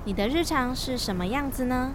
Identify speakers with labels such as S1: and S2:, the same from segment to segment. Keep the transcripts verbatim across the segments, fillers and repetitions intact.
S1: 你的日常是什么样子呢？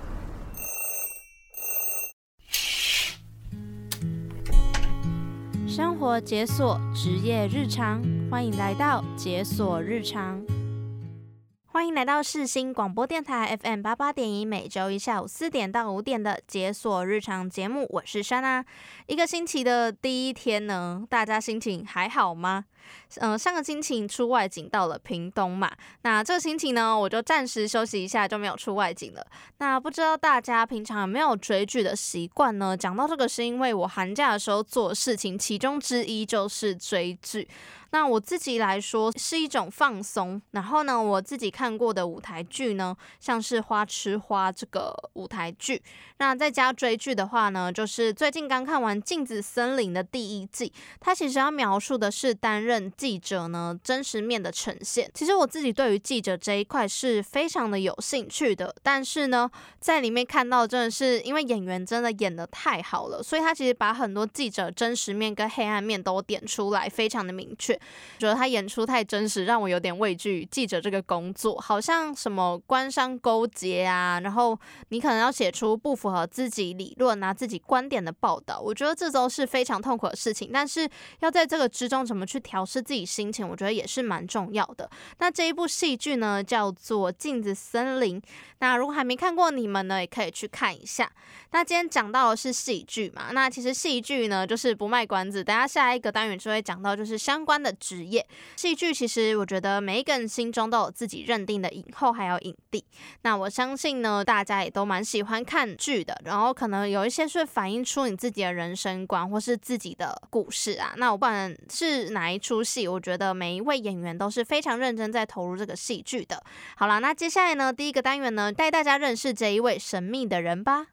S1: 生活解锁，职业日常，欢迎来到解锁日常。欢迎来到世新广播电台 F M 八八点一，每周一下午四点到五点的解锁日常节目，我是珊娜。一个星期的第一天呢，大家心情还好吗？呃，上个星期出外景到了屏东嘛，那这个星期呢，我就暂时休息一下，就没有出外景了。那不知道大家平常有没有追剧的习惯呢？讲到这个，是因为我寒假的时候做的事情，其中之一就是追剧。那我自己来说是一种放松，然后呢，我自己看过的舞台剧呢，像是《花痴花》这个舞台剧。那在家追剧的话呢，就是最近刚看完《镜子森林》的第一季，它其实要描述的是担任记者呢真实面的呈现。其实我自己对于记者这一块是非常的有兴趣的，但是呢，在里面看到真的是因为演员真的演得太好了，所以他其实把很多记者真实面跟黑暗面都点出来，非常的明确。觉得他演出太真实，让我有点畏惧记者这个工作，好像什么官商勾结啊，然后你可能要写出不符合自己理论啊、自己观点的报道，我觉得这都是非常痛苦的事情。但是要在这个之中怎么去调试自己心情，我觉得也是蛮重要的。那这一部戏剧呢，叫做《镜子森林》。那如果还没看过，你们呢也可以去看一下。那今天讲到的是戏剧嘛，那其实戏剧呢就是不卖关子，等一下下一个单元就会讲到就是相关的职业。戏剧其实我觉得每一个人心中都有自己认定的影后还有影帝。那我相信呢，大家也都蛮喜欢看剧的，然后可能有一些是反映出你自己的人生观或是自己的故事啊。那我不管是哪一出戏，我觉得每一位演员都是非常认真在投入这个戏剧的。好啦，那接下来呢，第一个单元呢，带大家认识这一位神秘的人吧。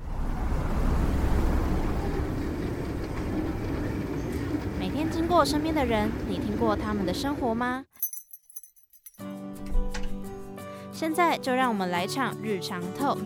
S1: 每天经过身边的人，你听过他们的生活吗？现在就让我们来场日常 talk。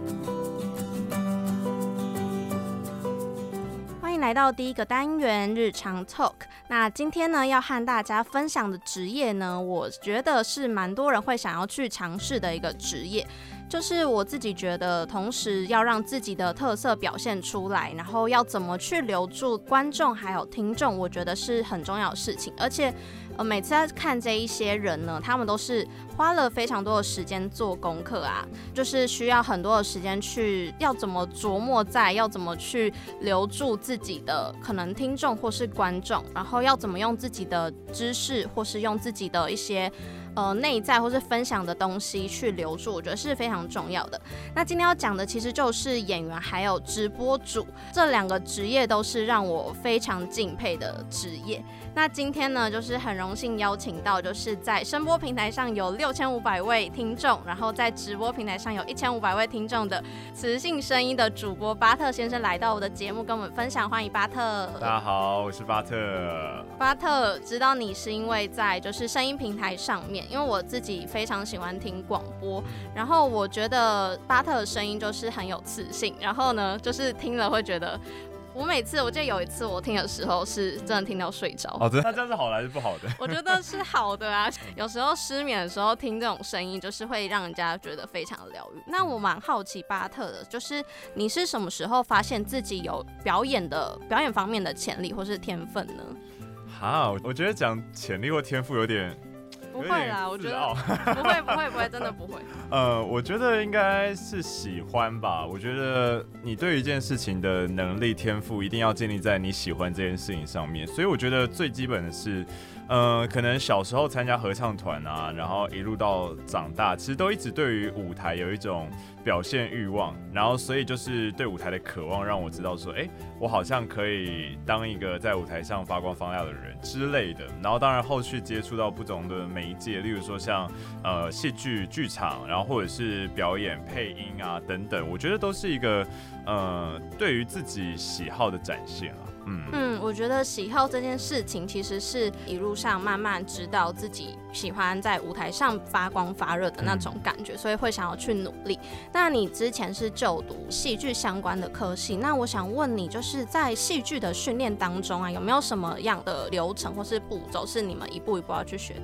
S1: 欢迎来到第一个单元日常 talk。那今天呢，要和大家分享的职业呢，我觉得是蛮多人会想要去尝试的一个职业。就是我自己觉得，同时要让自己的特色表现出来，然后要怎么去留住观众还有听众，我觉得是很重要的事情。而且，呃，每次在看这一些人呢，他们都是花了非常多的时间做功课啊，就是需要很多的时间去要怎么琢磨在，要怎么去留住自己的可能听众或是观众，然后要怎么用自己的知识或是用自己的一些呃，内在或是分享的东西去留住，我觉得是非常重要的。那今天要讲的其实就是演员还有直播主，这两个职业都是让我非常敬佩的职业。那今天呢，就是很荣幸邀请到，就是在声波平台上有六千五百位听众，然后在直播平台上有一千五百位听众的磁性声音的主播巴特先生来到我的节目跟我们分享，欢迎巴特。
S2: 大家好，我是巴特。
S1: 巴特，知道你是因为在就是声音平台上面。因为我自己非常喜欢听广播，然后我觉得巴特的声音就是很有磁性，然后呢，就是听了会觉得，我每次我记得有一次我听的时候是真的听到睡着。
S2: 哦，那这样是好的还是不好的？
S1: 我觉得是好的啊，有时候失眠的时候听这种声音，就是会让人家觉得非常疗愈。那我蛮好奇巴特的，就是你是什么时候发现自己有表演的表演方面的潜力或是天分呢？
S2: 哈，我觉得讲潜力或天赋有点。
S1: 不会啦，我觉得不会不会不会，真的不会。
S2: 呃，我觉得应该是喜欢吧。我觉得你对于一件事情的能力天赋，一定要建立在你喜欢这件事情上面。所以我觉得最基本的是，呃，可能小时候参加合唱团啊，然后一路到长大，其实都一直对于舞台有一种表现欲望，然后所以就是对舞台的渴望，让我知道说，哎、欸，我好像可以当一个在舞台上发光发亮的人之类的。然后当然后续接触到不同的媒介，例如说像呃戏剧、剧场，然后或者是表演、配音啊等等，我觉得都是一个呃对于自己喜好的展现啊。嗯
S1: 嗯，我觉得喜好这件事情其实是一路上慢慢知道自己喜欢在舞台上发光发热的那种感觉，嗯、所以会想要去努力。那你之前是就读戏剧相关的科系，那我想问你，就是在戏剧的训练当中啊，有没有什么样的流程或是步骤是你们一步一步要去学的呢？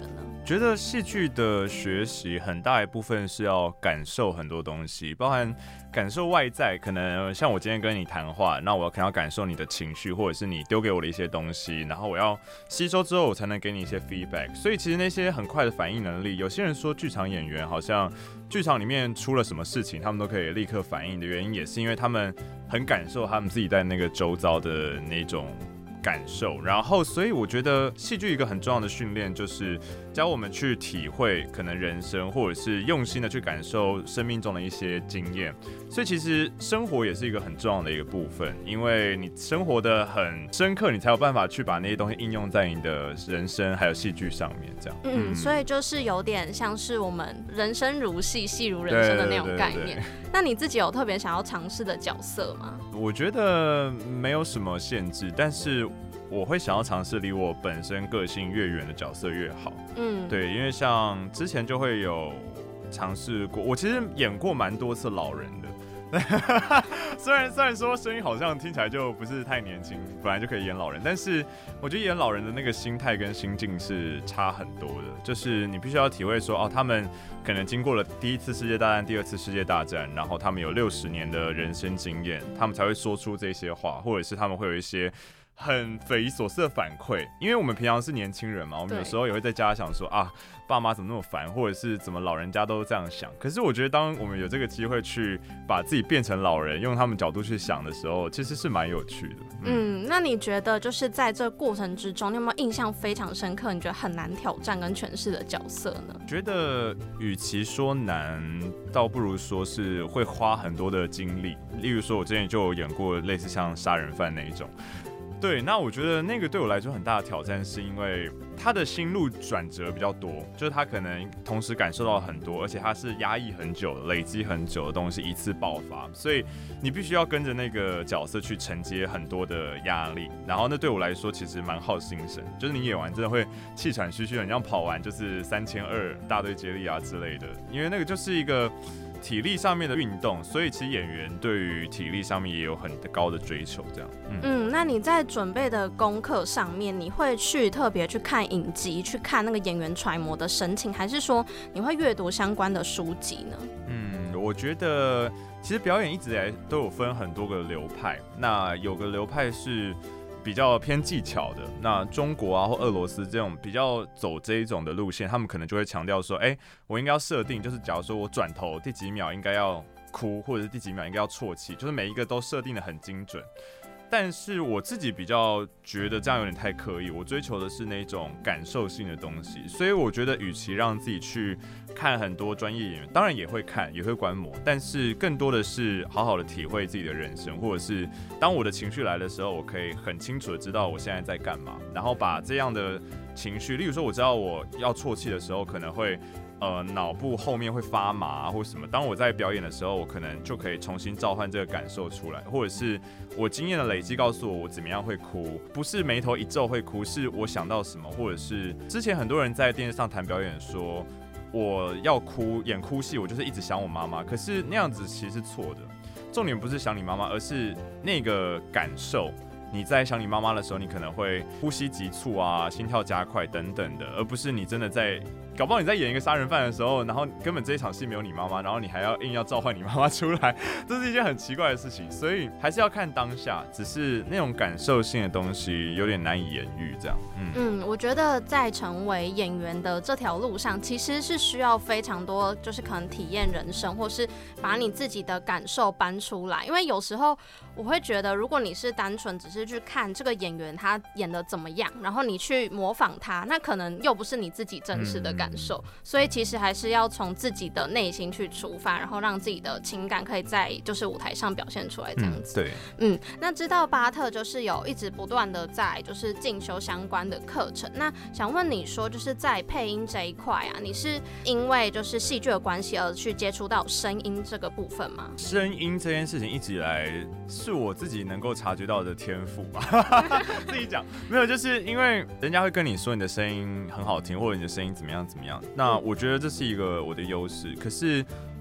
S2: 觉得戏剧的学习很大一部分是要感受很多东西，包含感受外在，可能像我今天跟你谈话，那我可能要感受你的情绪，或者是你丢给我的一些东西，然后我要吸收之后，我才能给你一些 feedback。所以其实那些很快的反应能力，有些人说剧场演员好像剧场里面出了什么事情，他们都可以立刻反应的原因，也是因为他们很感受他们自己在那个周遭的那种感受，然后所以我觉得戏剧一个很重要的训练就是教我们去体会可能人生，或者是用心的去感受生命中的一些经验。所以其实生活也是一个很重要的一个部分，因为你生活的很深刻，你才有办法去把那些东西应用在你的人生还有戏剧上面。这样，
S1: 嗯，嗯所以就是有点像是我们人生如戏，戏如人生的那种概念。对对对对，那你自己有特别想要尝试的角色吗？
S2: 我觉得没有什么限制，但是我会想要尝试离我本身个性越远的角色越好。嗯，对，因为像之前就会有尝试过，我其实演过蛮多次老人的。虽然虽然说声音好像听起来就不是太年轻，本来就可以演老人，但是我觉得演老人的那个心态跟心境是差很多的。就是你必须要体会说，哦，他们可能经过了第一次世界大战、第二次世界大战，然后他们有六十年的人生经验，他们才会说出这些话，或者是他们会有一些很匪夷所思的反馈。因为我们平常是年轻人嘛，我们有时候也会在家想说啊，爸妈怎么那么烦，或者是怎么老人家都这样想。可是我觉得当我们有这个机会去把自己变成老人，用他们角度去想的时候，其实是蛮有趣的。
S1: 嗯, 嗯，那你觉得就是在这个过程之中，你有没有印象非常深刻，你觉得很难挑战跟诠释的角色呢？
S2: 觉得与其说难，倒不如说是会花很多的精力。例如说，我之前就有演过类似像杀人犯那一种。对，那我觉得那个对我来说很大的挑战，是因为他的心路转折比较多，就是他可能同时感受到很多，而且他是压抑很久、累积很久的东西一次爆发，所以你必须要跟着那个角色去承接很多的压力。然后那对我来说其实蛮耗心神，就是你演完真的会气喘吁吁的，你这样跑完就是三千二大队接力啊之类的，因为那个就是一个体力上面的运动，所以其实演员对于体力上面也有很高的追求。这样，嗯，
S1: 嗯那你在准备的功课上面，你会去特别去看影集，去看那个演员揣摩的神情，还是说你会阅读相关的书籍呢？
S2: 嗯，我觉得其实表演一直以来都有分很多个流派，那有个流派是比较偏技巧的，那中国啊或俄罗斯这种比较走这一种的路线，他们可能就会强调说，哎、欸，我应该要设定，就是假如说我转头第几秒应该要哭，或者是第几秒应该要啜泣，就是每一个都设定的很精准。但是我自己比较觉得这样有点太刻意，我追求的是那种感受性的东西，所以我觉得与其让自己去看很多专业演员，当然也会看，也会观摩，但是更多的是好好的体会自己的人生，或者是当我的情绪来的时候，我可以很清楚的知道我现在在干嘛，然后把这样的情绪，例如说我知道我要啜泣的时候，可能会呃，脑部后面会发麻、啊、或什么。当我在表演的时候，我可能就可以重新召唤这个感受出来，或者是我经验的累积告诉我我怎么样会哭，不是眉头一皱会哭，是我想到什么，或者是之前很多人在电视上谈表演说我要哭演哭戏，我就是一直想我妈妈，可是那样子其实是错的。重点不是想你妈妈，而是那个感受。你在想你妈妈的时候，你可能会呼吸急促啊，心跳加快等等的，而不是你真的在，搞不好你在演一个杀人犯的时候，然后根本这一场戏没有你妈妈，然后你还要硬要召唤你妈妈出来，这是一件很奇怪的事情。所以还是要看当下，只是那种感受性的东西有点难以言喻，这样。嗯
S1: 嗯，我觉得在成为演员的这条路上，其实是需要非常多，就是可能体验人生，或是把你自己的感受搬出来。因为有时候我会觉得，如果你是单纯只是去看这个演员他演的怎么样，然后你去模仿他，那可能又不是你自己真实的感受。嗯、所以其实还是要从自己的内心去出发，然后让自己的情感可以在就是舞台上表现出来，这样子。
S2: 嗯、对，
S1: 嗯，那知道巴特就是有一直不断的在就是进修相关的课程。那想问你说，就是在配音这一块啊，你是因为就是戏剧的关系而去接触到声音这个部分吗？
S2: 声音这件事情一直以来是我自己能够察觉到的天赋吧。自己讲没有，就是因为人家会跟你说你的声音很好听，或者你的声音怎么样怎么样，那我觉得这是一个我的优势。可是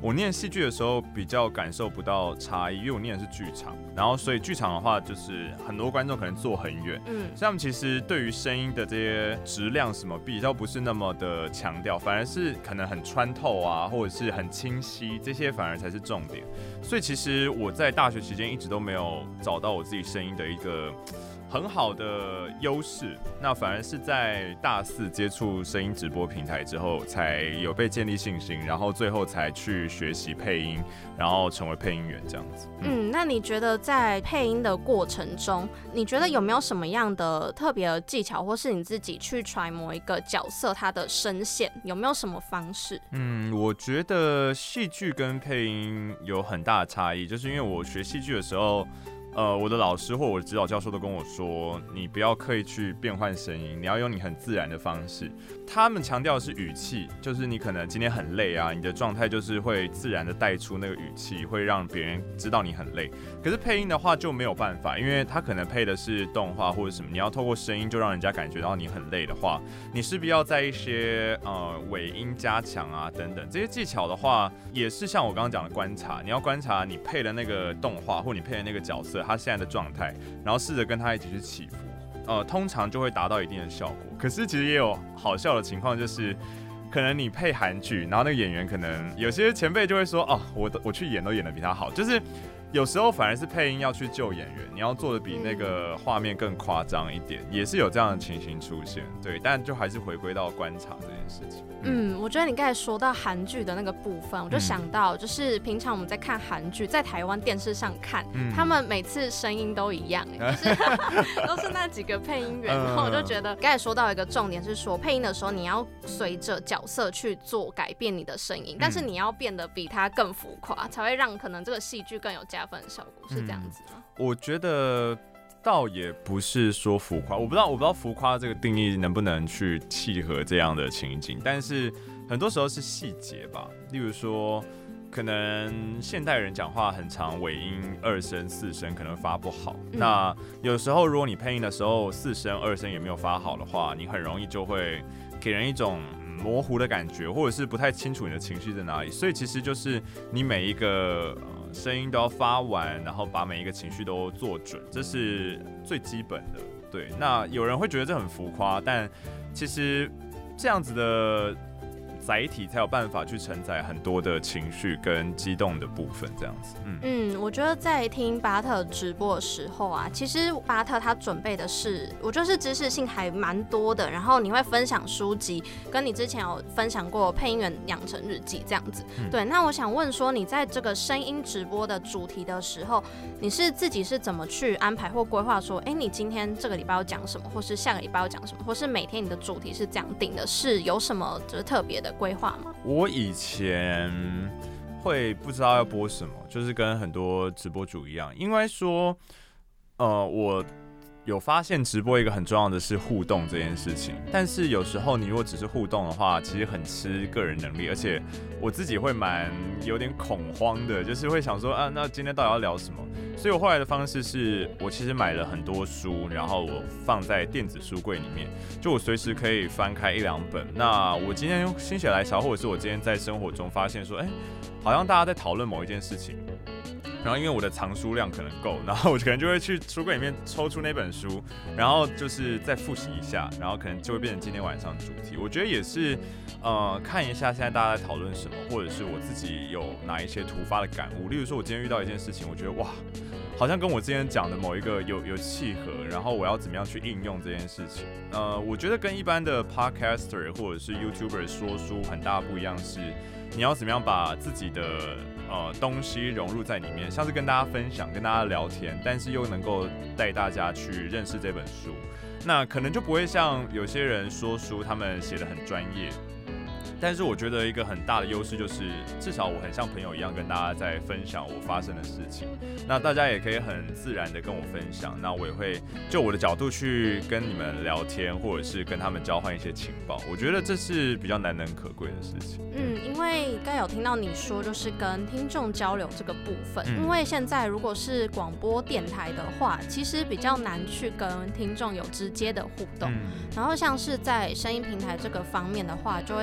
S2: 我念戏剧的时候比较感受不到差异，因为我念的是剧场，然后所以剧场的话就是很多观众可能坐很远，嗯，所以他们其实对于声音的这些质量什么比较不是那么的强调，反而是可能很穿透啊，或者是很清晰，这些反而才是重点。所以其实我在大学期间一直都没有找到我自己声音的一个很好的优势，那反而是在大四接触声音直播平台之后，才有被建立信心，然后最后才去学习配音，然后成为配音员这样子。
S1: 嗯, 嗯，那你觉得在配音的过程中，你觉得有没有什么样的特别的技巧，或是你自己去揣摩一个角色他的声线，有没有什么方式？
S2: 嗯，我觉得戏剧跟配音有很大的差异，就是因为我学戏剧的时候。呃，我的老师或我的指导教授都跟我说，你不要刻意去变换声音，你要用你很自然的方式。他们强调的是语气，就是你可能今天很累啊，你的状态就是会自然的带出那个语气，会让别人知道你很累。可是配音的话就没有办法，因为他可能配的是动画或者什么，你要透过声音就让人家感觉到你很累的话，你势必要在一些呃尾音加强啊等等这些技巧的话，也是像我刚刚讲的观察，你要观察你配的那个动画或你配的那个角色。他现在的状态，然后试着跟他一起去起伏，呃，通常就会达到一定的效果。可是其实也有好笑的情况，就是可能你配韩剧，然后那个演员可能有些前辈就会说，哦，我我去演都演得比他好，就是有时候反而是配音要去救演员，你要做的比那个画面更夸张一点，也是有这样的情形出现。对，但就还是回归到观察这件事情。
S1: 嗯，我觉得你刚才说到韩剧的那个部分，我就想到，就是平常我们在看韩剧，在台湾电视上看，嗯、他们每次声音都一样，就是都是那几个配音员。然后我就觉得，刚才说到一个重点是说，配音的时候你要随着角色去做改变你的声音，但是你要变得比他更浮夸，才会让可能这个戏剧更有加分的效果，是这样子吗？
S2: 嗯、我觉得。倒也不是说浮夸，我不知道，我不知道浮夸这个定义能不能去契合这样的情景，但是很多时候是细节吧。例如说，可能现代人讲话很常尾音二声、四声可能发不好，嗯、那有时候如果你配音的时候四声、二声也没有发好的话，你很容易就会给人一种模糊的感觉，或者是不太清楚你的情绪在哪里。所以其实就是你每一个。声音都要发完，然后把每一个情绪都做准，这是最基本的。对，那有人会觉得这很浮夸，但其实这样子的载体才有办法去承载很多的情绪跟激动的部分，这样子。嗯
S1: 嗯，我觉得在听巴特直播的时候啊，其实巴特他准备的是，我就是知识性还蛮多的，然后你会分享书籍，跟你之前有分享过配音员养成日记这样子。嗯、对，那我想问说，你在这个声音直播的主题的时候，你是自己是怎么去安排或规划说，哎，你今天这个礼拜要讲什么，或是下个礼拜要讲什么，或是每天你的主题是这样定的，是有什么就是特别的规划吗？
S2: 我以前会不知道要播什么，就是跟很多直播主一样，因为说，呃，我有发现直播一个很重要的是互动这件事情，但是有时候你如果只是互动的话，其实很吃个人能力，而且我自己会蛮有点恐慌的，就是会想说啊，那今天到底要聊什么？所以我后来的方式是我其实买了很多书，然后我放在电子书柜里面，就我随时可以翻开一两本。那我今天心血来潮，或者是我今天在生活中发现说，哎、欸，好像大家在讨论某一件事情。然后因为我的藏书量可能够，然后我可能就会去书柜里面抽出那本书，然后就是再复习一下，然后可能就会变成今天晚上的主题。我觉得也是，呃，看一下现在大家在讨论什么，或者是我自己有哪一些突发的感悟。例如说，我今天遇到一件事情，我觉得哇，好像跟我之前讲的某一个有有契合，然后我要怎么样去应用这件事情。呃，我觉得跟一般的 podcaster 或者是 YouTuber 说书很大不一样是，你要怎么样把自己的呃东西融入在里面，像是跟大家分享、跟大家聊天，但是又能够带大家去认识这本书。那可能就不会像有些人说书，他们写得很专业。但是我觉得一个很大的优势就是，至少我很像朋友一样跟大家在分享我发生的事情。那大家也可以很自然的跟我分享，那我也会就我的角度去跟你们聊天，或者是跟他们交换一些情报。我觉得这是比较难能可贵的事情。
S1: 嗯，因为刚有听到你说就是跟听众交流这个部分，嗯、因为现在如果是广播电台的话，其实比较难去跟听众有直接的互动。嗯、然后像是在声音平台这个方面的话，就会是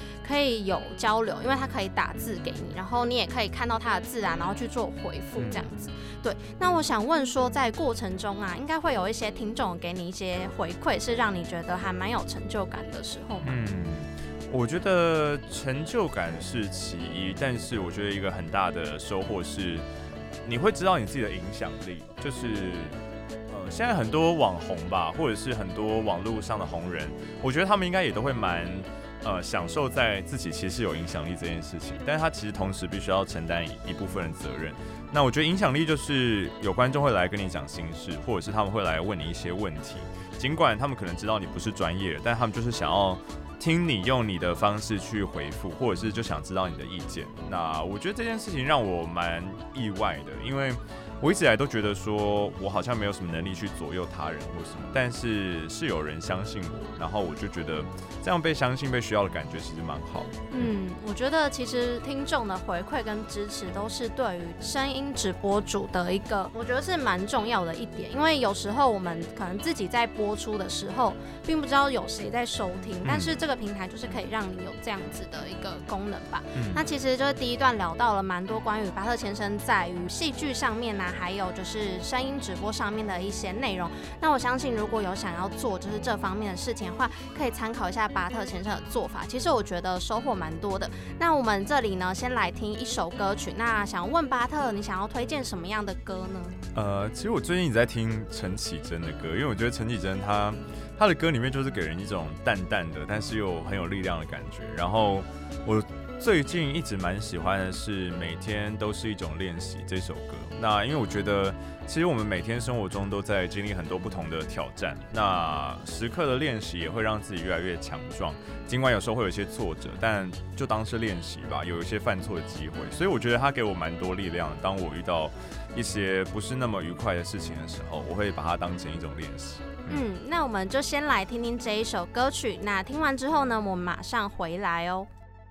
S1: 可以有交流，因为他可以打字给你，然后你也可以看到他的字啊，然后去做回复这样子。对，那我想问说，在过程中啊，应该会有一些听众给你一些回馈，是让你觉得还蛮有成就感的时候吗？
S2: 嗯，我觉得成就感是其一，但是我觉得一个很大的收获是，你会知道你自己的影响力，就是呃，现在很多网红吧，或者是很多网络上的红人，我觉得他们应该也都会蛮。呃，享受在自己其实是有影响力这件事情，但是他其实同时必须要承担一部分的责任。那我觉得影响力就是有观众会来跟你讲心事，或者是他们会来问你一些问题，尽管他们可能知道你不是专业的，但他们就是想要听你用你的方式去回复，或者是就想知道你的意见。那我觉得这件事情让我蛮意外的，因为我一直以来都觉得说我好像没有什么能力去左右他人或什么，但是是有人相信我，然后我就觉得这样被相信、被需要的感觉其实蛮好的。
S1: 嗯，我觉得其实听众的回馈跟支持都是对于声音直播主的一个，我觉得是蛮重要的一点，因为有时候我们可能自己在播出的时候，并不知道有谁在收听，但是这个平台就是可以让你有这样子的一个功能吧。嗯、那其实就是第一段聊到了蛮多关于巴特先生在于戏剧上面啊，还有就是声音直播上面的一些内容。那我相信如果有想要做就是这方面的事情的话，可以参考一下巴特先生的做法。其实我觉得收获蛮多的。那我们这里呢，先来听一首歌曲。那想问巴特，你想要推荐什么样的歌呢？
S2: 呃，其实我最近一直在听陈绮贞的歌，因为我觉得陈绮贞她她的歌里面就是给人一种淡淡的，但是又很有力量的感觉。然后我最近一直蛮喜欢的是《每天都是一种练习》这首歌。那因为我觉得，其实我们每天生活中都在经历很多不同的挑战，那时刻的练习也会让自己越来越强壮。尽管有时候会有一些挫折，但就当是练习吧，有一些犯错的机会。所以我觉得他给我蛮多力量的。当我遇到一些不是那么愉快的事情的时候，我会把它当成一种练习。
S1: 嗯，那我们就先来听听这一首歌曲。那听完之后呢，我们马上回来哦。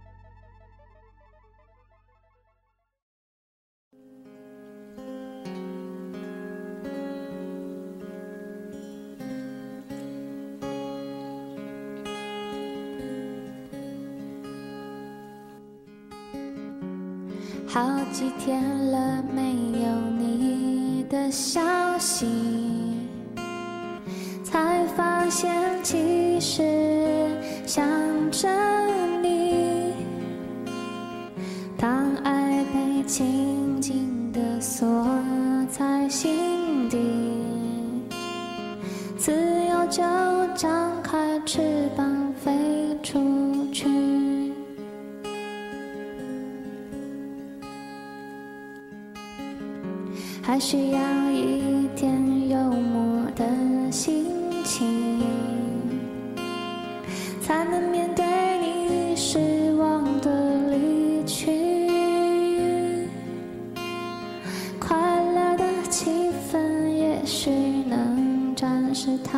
S3: 好几天了没有你的消息，才发现其实想着你。当爱被紧紧地锁在心底，自由就张开翅膀飞出去。还需要一点幽默的心情，才能面对你失望的离去。快乐的气氛也许能暂时逃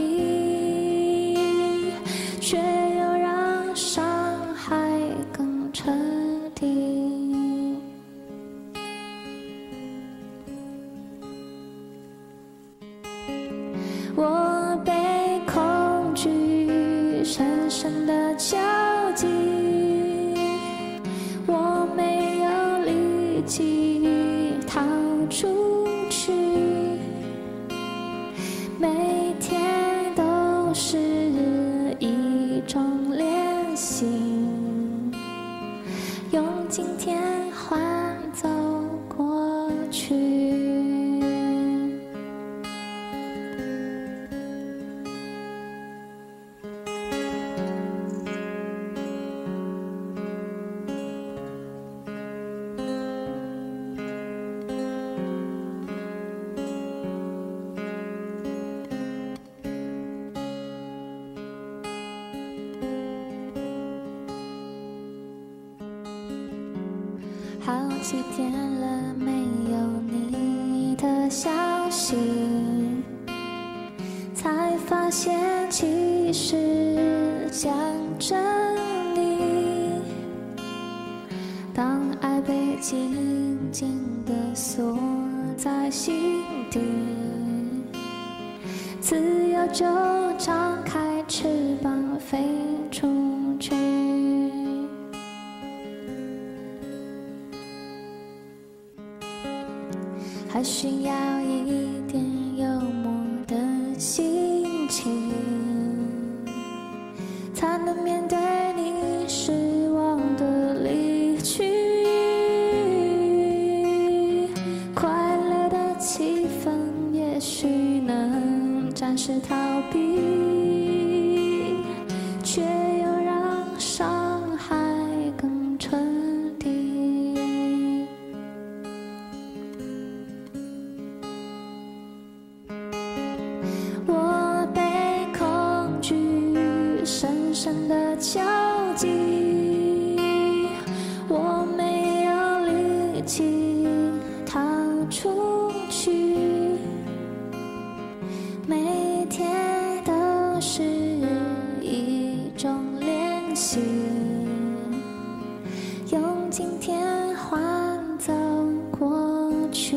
S3: 避，却又让伤害更彻底。我被恐惧深深地囚禁，我没有力气逃出去，每天都是一种练习，用今天换走过去。好几天了没有你的消息，才发现其实想着你。当爱被紧紧地锁在心底，自由就张开翅膀飞出去。 心情，才能面对你失望的离去。快乐的气氛也许能暂时逃避，却又让伤害更沉底。我被恐惧深深的敲击，我没有力气逃出去，每天都是一种练习，用今天换走过去，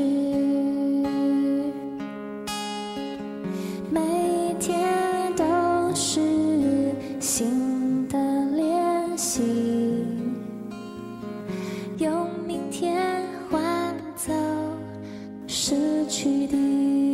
S3: 每天都是新的练习，用明天换走失去的。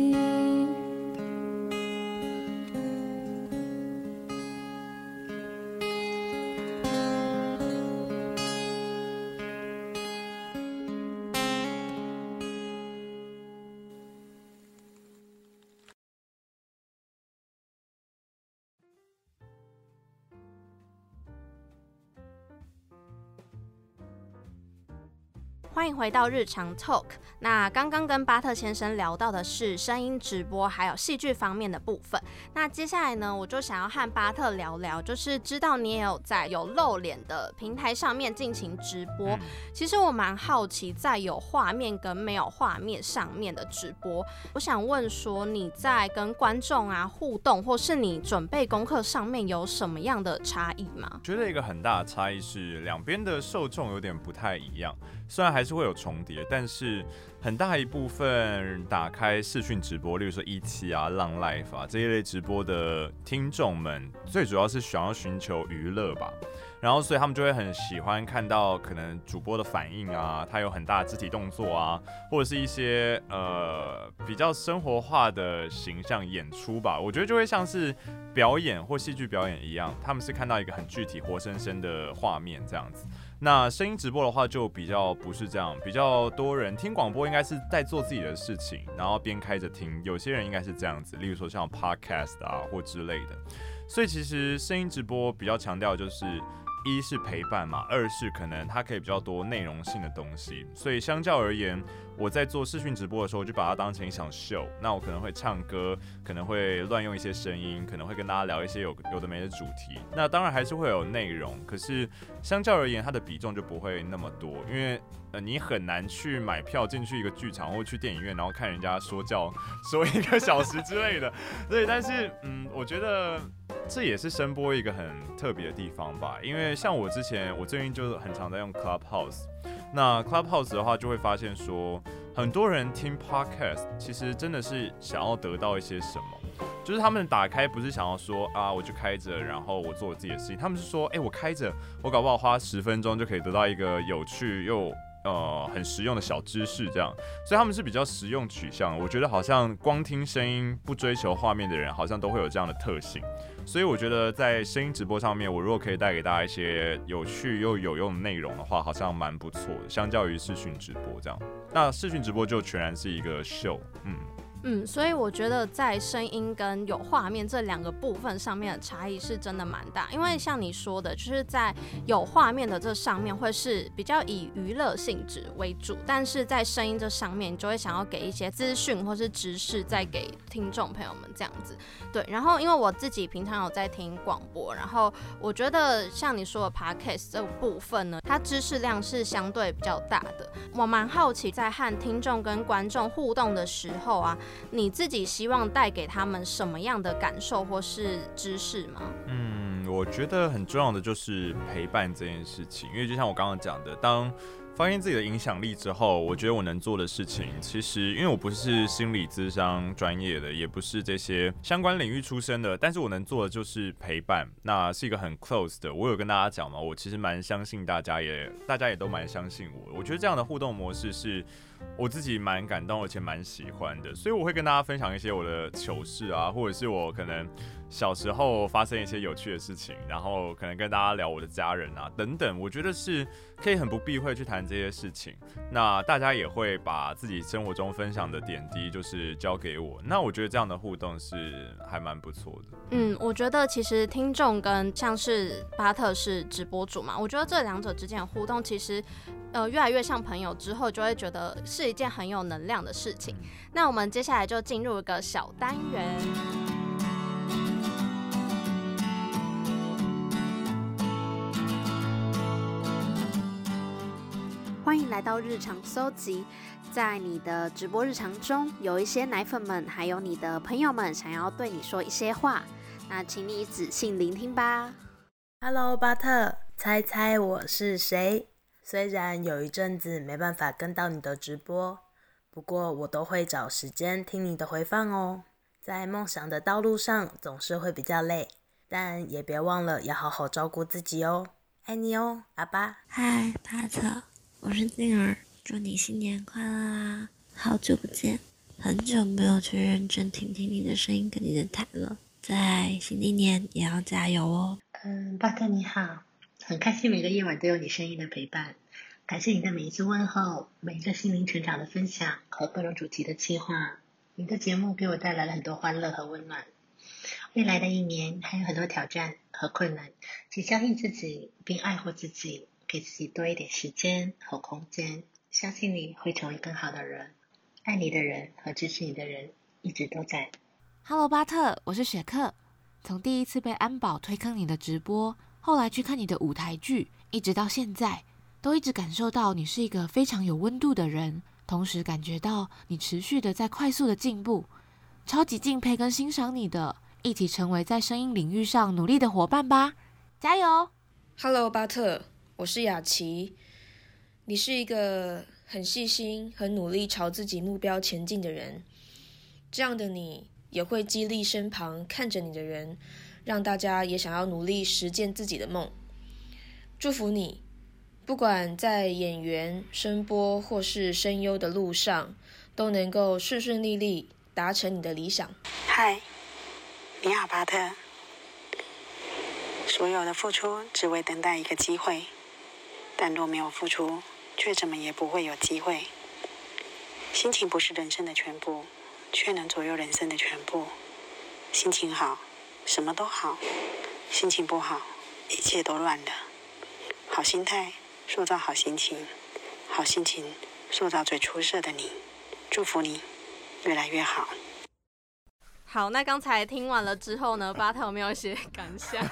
S1: 欢迎回到日常 Talk。那刚刚跟巴特先生聊到的是声音直播还有戏剧方面的部分。那接下来呢，我就想要和巴特聊聊，就是知道你也有在有露脸的平台上面进行直播。嗯、其实我蛮好奇，在有画面跟没有画面上面的直播，我想问说，你在跟观众啊互动，或是你准备功课上面有什么样的差异吗？
S2: 觉得一个很大的差异是，两边的受众有点不太一样。虽然还是会有重叠，但是很大一部分打开视讯直播，例如说一期啊、浪 Live 啊这一类直播的听众们，最主要是想要寻求娱乐吧。然后，所以他们就会很喜欢看到可能主播的反应啊，他有很大的肢体动作啊，或者是一些呃比较生活化的形象演出吧。我觉得就会像是表演或戏剧表演一样，他们是看到一个很具体、活生生的画面这样子。那声音直播的话就比较不是这样，比较多人听广播应该是在做自己的事情，然后边开着听。有些人应该是这样子，例如说像 podcast 啊或之类的。所以其实声音直播比较强调就是一是陪伴嘛，二是可能它可以比较多内容性的东西。所以相较而言，我在做视讯直播的时候，我就把它当成一场秀。那我可能会唱歌，可能会乱用一些声音，可能会跟大家聊一些有有的没的主题。那当然还是会有内容，可是相较而言，它的比重就不会那么多，因为呃你很难去买票进去一个剧场或去电影院，然后看人家说教说一个小时之类的。对，但是嗯，我觉得这也是声波一个很特别的地方吧，因为像我之前，我最近就很常在用 Clubhouse。那 Clubhouse 的话，就会发现说，很多人听 Podcast 其实真的是想要得到一些什么，就是他们打开不是想要说啊，我就开着，然后我做我自己的事情，他们是说，哎、欸，我开着，我搞不好花十分钟就可以得到一个有趣又呃很实用的小知识，这样，所以他们是比较实用取向。我觉得好像光听声音不追求画面的人，好像都会有这样的特性。所以我觉得在声音直播上面，我如果可以带给大家一些有趣又有用的内容的话，好像蛮不错的，相较于视讯直播这样。那视讯直播就全然是一个秀，嗯。
S1: 嗯，所以我觉得在声音跟有画面这两个部分上面的差异是真的蛮大，因为像你说的，就是在有画面的这上面会是比较以娱乐性质为主，但是在声音这上面，你就会想要给一些资讯或是知识，再给听众朋友们这样子。对，然后因为我自己平常有在听广播，然后我觉得像你说的 podcast 这部分呢，它知识量是相对比较大的。我蛮好奇，在和听众跟观众互动的时候啊，你自己希望带给他们什么样的感受或是知识吗？
S2: 嗯，我觉得很重要的就是陪伴这件事情，因为就像我刚刚讲的，当发现自己的影响力之后，我觉得我能做的事情，其实因为我不是心理咨商专业的，也不是这些相关领域出身的，但是我能做的就是陪伴，那是一个很 close 的。我有跟大家讲嘛，我其实蛮相信大家也，大家也都蛮相信我。我觉得这样的互动模式是我自己蛮感动而且蛮喜欢的，所以我会跟大家分享一些我的糗事啊，或者是我可能小时候发生一些有趣的事情，然后可能跟大家聊我的家人啊等等，我觉得是可以很不避讳去谈这些事情。那大家也会把自己生活中分享的点滴就是交给我，那我觉得这样的互动是还蛮不错的。
S1: 嗯，我觉得其实听众跟像是巴特是直播主嘛，我觉得这两者之间的互动其实呃越来越像朋友之后，就会觉得是一件很有能量的事情。那我们接下来就进入一个小单元。欢迎来到日常搜集，在你的直播日常中，有一些奶粉们还有你的朋友们想要对你说一些话，那请你仔细聆听吧。
S4: Hello， 巴特，猜猜我是谁？虽然有一阵子没办法跟到你的直播，不过我都会找时间听你的回放哦。在梦想的道路上总是会比较累，但也别忘了要好好照顾自己哦。爱你哦，阿巴。
S5: 嗨，巴特。我是静儿，祝你新年快乐啊！好久不见，很久没有去认真听听你的声音跟你的台了，在新的一年也要加油哦。
S6: 嗯，巴特你好，很开心每个夜晚都有你声音的陪伴，感谢你的每一次问候，每一个心灵成长的分享和各种主题的企划，你的节目给我带来了很多欢乐和温暖。未来的一年还有很多挑战和困难，请相信自己并爱护自己，给自己多一点时间和空间，相信你会成为更好的人，爱你的人和支持你的人一直都在。
S7: Hello， 巴特，我是雪克。从第一次被安保推坑你的直播，后来去看你的舞台剧，一直到现在，都一直感受到你是一个非常有温度的人，同时感觉到你持续的在快速的进步，超级敬佩跟欣赏你的，一起成为在声音领域上努力的伙伴吧，加油
S8: ！Hello， 巴特。我是雅琪，你是一个很细心、很努力朝自己目标前进的人。这样的你也会激励身旁看着你的人，让大家也想要努力实践自己的梦。祝福你，不管在演员、声播或是声优的路上，都能够顺顺利利达成你的理想。
S9: 嗨，你好，巴特。所有的付出只为等待一个机会。但若没有付出，却怎么也不会有机会。心情不是人生的全部，却能左右人生的全部。心情好，什么都好；心情不好，一切都乱了。好心态塑造好心情，好心情塑造最出色的你。祝福你越来越好。
S1: 好，那刚才听完了之后呢，巴特有没有一些感想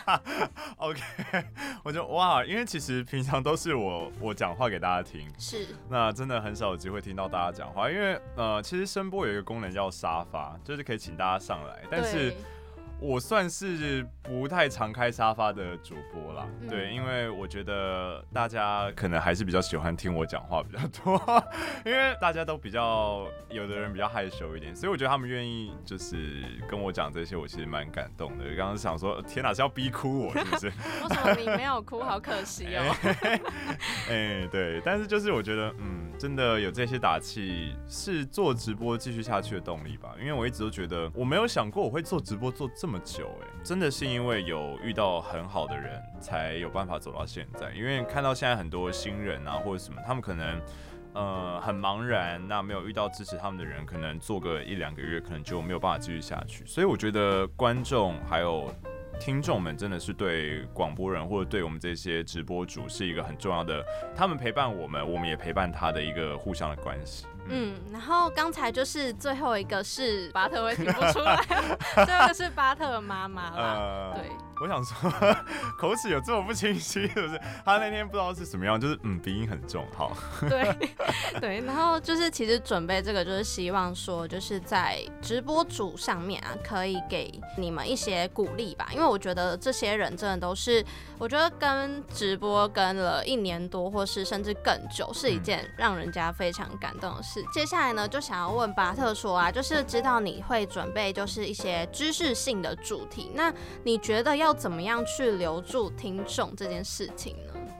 S2: ？OK， 我就哇，因为其实平常都是我我讲话给大家听，
S1: 是，
S2: 那真的很少有机会听到大家讲话，因为呃，其实声波有一个功能叫沙发，就是可以请大家上来，但是我算是不太常开沙发的主播啦，嗯、对，因为我觉得大家可能还是比较喜欢听我讲话比较多，因为大家都比较，有的人比较害羞一点，所以我觉得他们愿意就是跟我讲这些，我其实蛮感动的。刚刚想说，天哪，是要逼哭我是不是？
S1: 为什么你没有哭？好可惜哦。
S2: 哎、欸，对，但是就是我觉得，嗯，真的有这些打气，是做直播继续下去的动力吧。因为我一直都觉得，我没有想过我会做直播做这么久、欸，哎，真的是因为有遇到很好的人，才有办法走到现在。因为看到现在很多新人啊，或者什么，他们可能呃很茫然，那没有遇到支持他们的人，可能做个一两个月，可能就没有办法继续下去。所以我觉得观众还有听众们真的是对广播人或者对我们这些直播主是一个很重要的，他们陪伴我们，我们也陪伴他的一个互相的关系。
S1: 嗯，然后刚才就是最后一个是巴特会听不出来，最后一个是巴特的妈妈啦。呃、对，
S2: 我想说口齿有这么不清晰，是不是？他那天不知道是什么样，就是嗯鼻音很重。好，
S1: 对对，然后就是其实准备这个就是希望说，就是在直播主上面啊，可以给你们一些鼓励吧，因为我觉得这些人真的都是，我觉得跟直播跟了一年多，或是甚至更久，是一件让人家非常感动的事。接下来呢，就想要问巴特说啊，就是知道你会准备就是一些知识性的主题，那你觉得要怎么样去留住听众这件事情呢？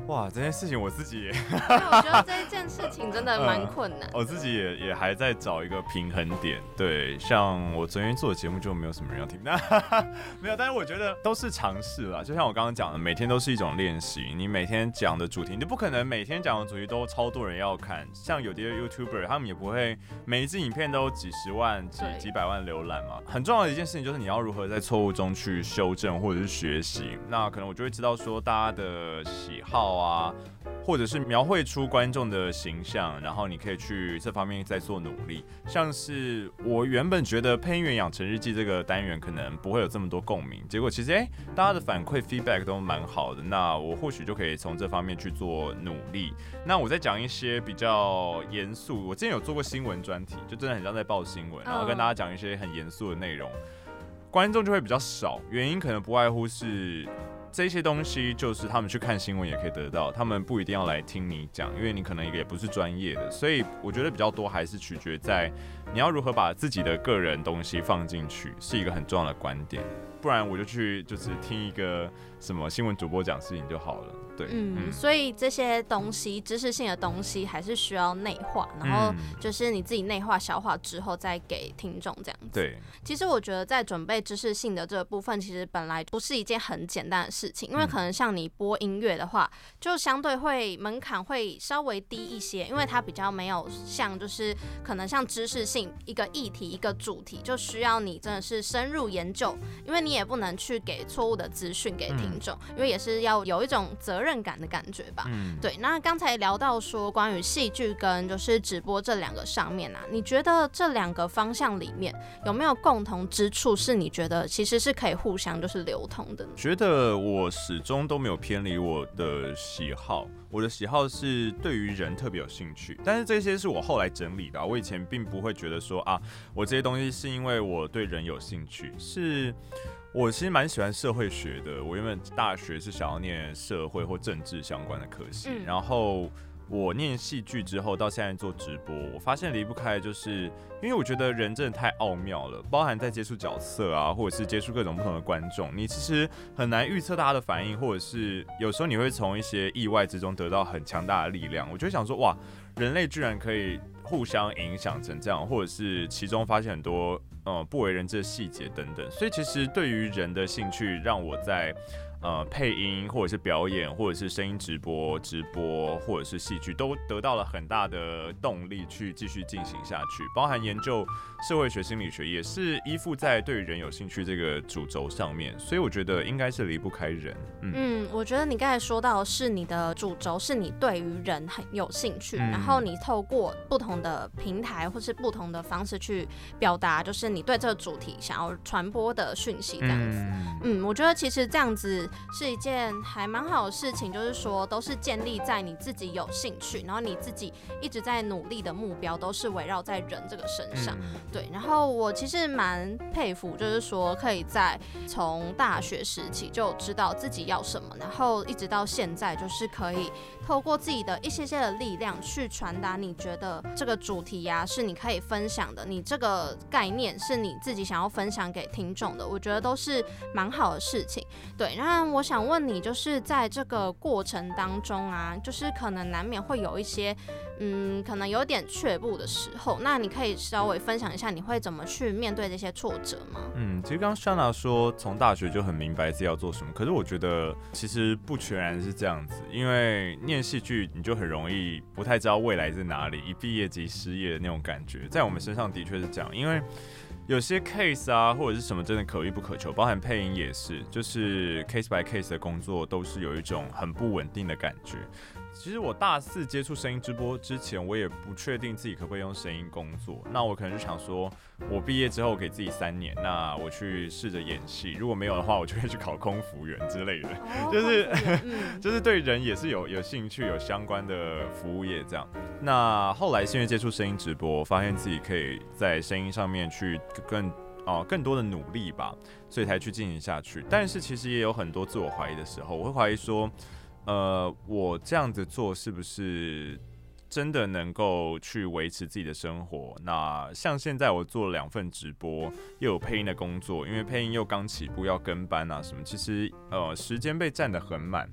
S2: 哇，这件事情我自己也，
S1: 我觉得这一件事情真的蛮困难、嗯。
S2: 我自己也也还在找一个平衡点。对，像我昨天做的节目就没有什么人要听，那没有，但是我觉得都是尝试啦。就像我刚刚讲的，每天都是一种练习。你每天讲的主题，你不可能每天讲的主题都超多人要看。像有些 YouTuber， 他们也不会每一支影片都几十万、几几百万浏览嘛。很重要的一件事情就是你要如何在错误中去修正或者是学习。那可能我就会知道说大家的喜好啊，或者是描绘出观众的形象，然后你可以去这方面再做努力。像是我原本觉得配音员养成日记这个单元可能不会有这么多共鸣，结果其实哎、欸，大家的反馈 feedback 都蛮好的，那我或许就可以从这方面去做努力。那我再讲一些比较严肃，我之前有做过新闻专题，就真的很像在报新闻，然后跟大家讲一些很严肃的内容，观众就会比较少，原因可能不外乎是这些东西就是他们去看新闻也可以得到，他们不一定要来听你讲，因为你可能也不是专业的，所以我觉得比较多还是取决在你要如何把自己的个人东西放进去，是一个很重要的观点。不然我就去就是听一个什么新闻主播讲事情就好了。对，
S1: 嗯，嗯，所以这些东西，知识性的东西还是需要内化，然后就是你自己内化消化之后再给听众这样子。
S2: 对，
S1: 其实我觉得在准备知识性的这个部分，其实本来不是一件很简单的事情，因为可能像你播音乐的话，就相对会门槛会稍微低一些，因为它比较没有像就是可能像知识性一个议题一个主题，就需要你真的是深入研究，因为你也不能去给错误的资讯给听众，因为也是要有一种责任感的感觉吧。嗯，对。那刚才聊到说关于戏剧跟就是直播这两个上面啊，你觉得这两个方向里面有没有共同之处，是你觉得其实是可以互相就是流通的呢？
S2: 觉得我始终都没有偏离我的喜好，我的喜好是对于人特别有兴趣，但是这些是我后来整理的，我以前并不会觉得说啊，我这些东西是因为我对人有兴趣，是我其实蛮喜欢社会学的。我原本大学是想要念社会或政治相关的科系，嗯、然后我念戏剧之后到现在做直播，我发现离不开，就是因为我觉得人真的太奥妙了，包含在接触角色啊，或者是接触各种不同的观众，你其实很难预测大家的反应，或者是有时候你会从一些意外之中得到很强大的力量。我就想说，哇，人类居然可以互相影响成这样，或者是其中发现很多呃不为人知的细节等等。所以其实对于人的兴趣，让我在呃配音或者是表演或者是声音直播、直播或者是戏剧，都得到了很大的动力去继续进行下去。包含研究社会学、心理学，也是依附在对于人有兴趣这个主轴上面。所以我觉得应该是离不开人。嗯，
S1: 嗯我觉得你刚才说到的是你的主轴是你对于人很有兴趣，嗯、然后你透过不同的平台或是不同的方式去表达，就是你对这个主题想要传播的讯息这样子。嗯, 嗯，我觉得其实这样子是一件还蛮好的事情，就是说都是建立在你自己有兴趣，然后你自己一直在努力的目标都是围绕在人这个身上。嗯、对，然后我其实蛮佩服，就是说可以在从大学时期就知道自己要什么，然后一直到现在，就是可以透过自己的一些些的力量去传达你觉得这个主题呀、啊、是你可以分享的，你这个概念是你自己想要分享给听众的，我觉得都是蛮好的事情。对，那我想问你，就是在这个过程当中啊，就是可能难免会有一些嗯，可能有点却步的时候，那你可以稍微分享一下你会怎么去面对这些挫折吗？
S2: 嗯，其实刚刚 Shanna 说从大学就很明白自己要做什么，可是我觉得其实不全然是这样子，因为念戏剧你就很容易不太知道未来在哪里，一毕业即失业的那种感觉，在我们身上的确是这样，因为有些 case 啊，或者是什么真的可遇不可求，包含配音也是，就是 case by case 的工作都是有一种很不稳定的感觉。其实我大四接触声音直播之前，我也不确定自己可不可以用声音工作。那我可能就想说，我毕业之后给自己三年，那我去试着演戏。如果没有的话，我就会去考空服员之类的，哦、就是、嗯、就是对人也是有有兴趣、有相关的服务业这样。那后来是因为接触声音直播，发现自己可以在声音上面去更哦更多的努力吧，所以才去进行下去。但是其实也有很多自我怀疑的时候，我会怀疑说。呃，我这样子做是不是真的能够去维持自己的生活？那像现在我做了两份直播，又有配音的工作，因为配音又刚起步要跟班啊什么，其实呃时间被占得很满。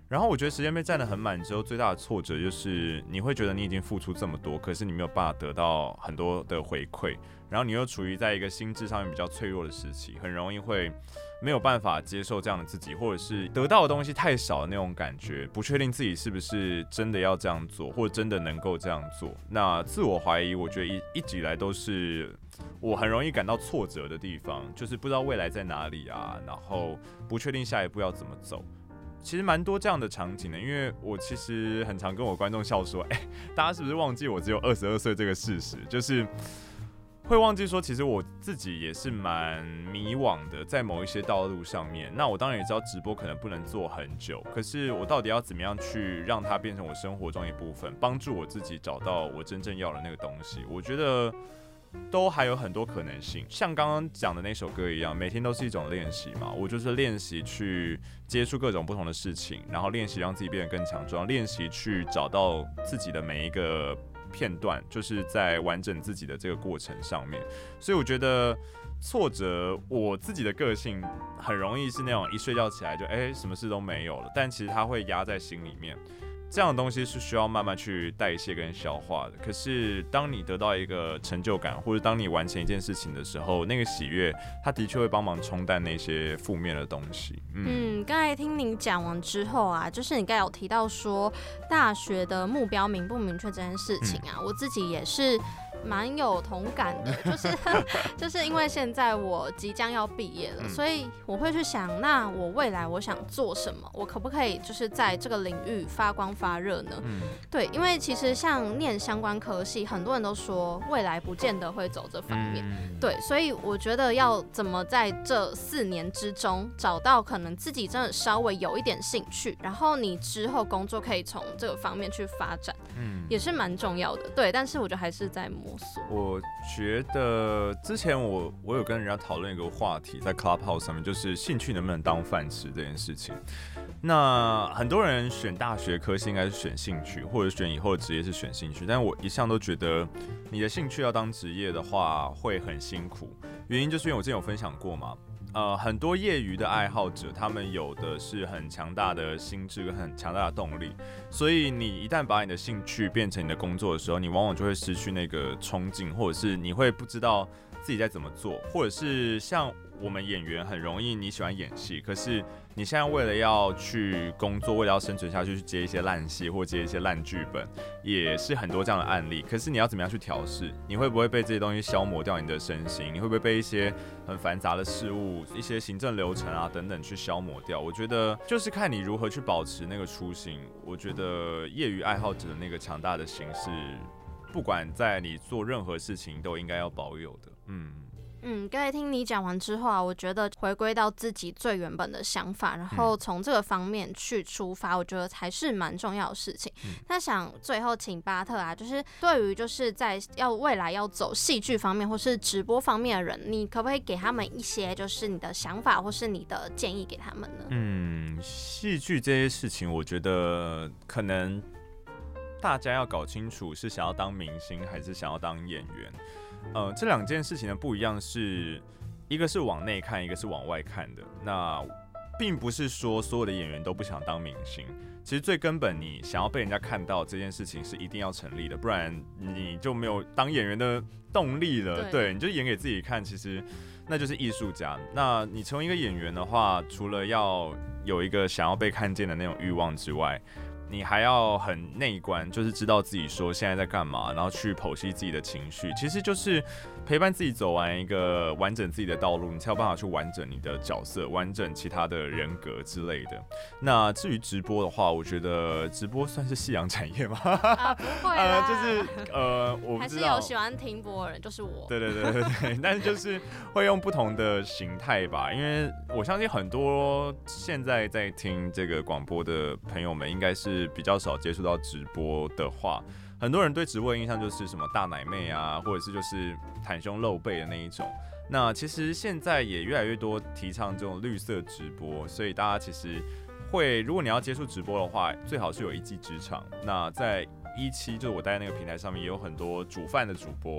S2: 然后我觉得时间被占得很满之后，最大的挫折就是你会觉得你已经付出这么多，可是你没有办法得到很多的回馈，然后你又处于在一个心智上面比较脆弱的时期，很容易会没有办法接受这样的自己，或者是得到的东西太少的那种感觉，不确定自己是不是真的要这样做，或者真的能够这样做。那自我怀疑，我觉得一一直以来都是我很容易感到挫折的地方，就是不知道未来在哪里啊，然后不确定下一步要怎么走。其实蛮多这样的场景的，因为我其实很常跟我观众笑说，哎、欸，大家是不是忘记我只有二十二岁这个事实？就是会忘记说，其实我自己也是蛮迷惘的，在某一些道路上面。那我当然也知道直播可能不能做很久，可是我到底要怎么样去让它变成我生活中一部分，帮助我自己找到我真正要的那个东西？我觉得都还有很多可能性，像刚刚讲的那首歌一样，每天都是一种练习嘛。我就是练习去接触各种不同的事情，然后练习让自己变得更强壮，练习去找到自己的每一个片段，就是在完整自己的这个过程上面。所以我觉得挫折，我自己的个性很容易是那种一睡觉起来就哎、欸、什么事都没有了，但其实它会压在心里面。这样的东西是需要慢慢去代谢跟消化的。可是当你得到一个成就感，或者当你完成一件事情的时候，那个喜悦，它的确会帮忙冲淡那些负面的东西。
S1: 嗯，刚、嗯、才听您讲完之后啊，就是你刚才有提到说大学的目标明不明确这件事情啊，嗯、我自己也是蛮有同感的，就是就是因为现在我即将要毕业了，嗯、所以我会去想，那我未来我想做什么？我可不可以就是在这个领域发光发热呢？嗯、对，因为其实像念相关科系，很多人都说未来不见得会走这方面，嗯、对，所以我觉得要怎么在这四年之中找到可能自己真的稍微有一点兴趣，然后你之后工作可以从这个方面去发展，嗯、也是蛮重要的。对，但是我觉得还是在摸。
S2: 我觉得之前我我有跟人家讨论一个话题，在 Clubhouse 上面，就是兴趣能不能当饭吃这件事情。那很多人选大学科系应该是选兴趣，或者选以后的职业是选兴趣，但我一向都觉得你的兴趣要当职业的话会很辛苦，原因就是因为我之前有分享过嘛。呃，很多业余的爱好者，他们有的是很强大的心智跟很强大的动力，所以你一旦把你的兴趣变成你的工作的时候，你往往就会失去那个冲劲，或者是你会不知道自己在怎么做，或者是像我们演员很容易你喜欢演戏，可是你现在为了要去工作，为了要生存下去，去接一些烂戏或接一些烂剧本，也是很多这样的案例。可是你要怎么样去调试？你会不会被这些东西消磨掉你的身心？你会不会被一些很繁杂的事物、一些行政流程啊等等去消磨掉？我觉得就是看你如何去保持那个初心。我觉得业余爱好者的那个强大的心是，不管在你做任何事情都应该要保有的。嗯。
S1: 嗯，刚才听你讲完之后啊，我觉得回归到自己最原本的想法，然后从这个方面去出发，我觉得还是蛮重要的事情。嗯、那想最后请巴特啊，就是对于就是在要未来要走戏剧方面或是直播方面的人，你可不可以给他们一些就是你的想法或是你的建议给他们呢？
S2: 嗯，戏剧这些事情，我觉得可能大家要搞清楚是想要当明星还是想要当演员。呃，这两件事情的不一样是，一个是往内看，一个是往外看的。那并不是说所有的演员都不想当明星，其实最根本，你想要被人家看到这件事情是一定要成立的，不然你就没有当演员的动力了。对，对，你就演给自己看，其实那就是艺术家。那你成为一个演员的话，除了要有一个想要被看见的那种欲望之外，你还要很内观，就是知道自己说现在在干嘛，然后去剖析自己的情绪，其实就是陪伴自己走完一个完整自己的道路，你才有办法去完整你的角色，完整其他的人格之类的。那至于直播的话，我觉得直播算是夕阳产业吗？
S1: 啊，不会啦，
S2: 呃，就是呃，我不知道，还是
S1: 有喜欢听播的人，就是我。
S2: 对对对对对，但是就是会用不同的形态吧，因为我相信很多现在在听这个广播的朋友们，应该是比较少接触到直播的话，很多人对直播的印象就是什么大奶妹啊，或者是就是袒胸露背的那一种。那其实现在也越来越多提倡这种绿色直播，所以大家其实会，如果你要接触直播的话，最好是有一技之长。那在一期就是我待在那个平台上面，也有很多煮饭的主播，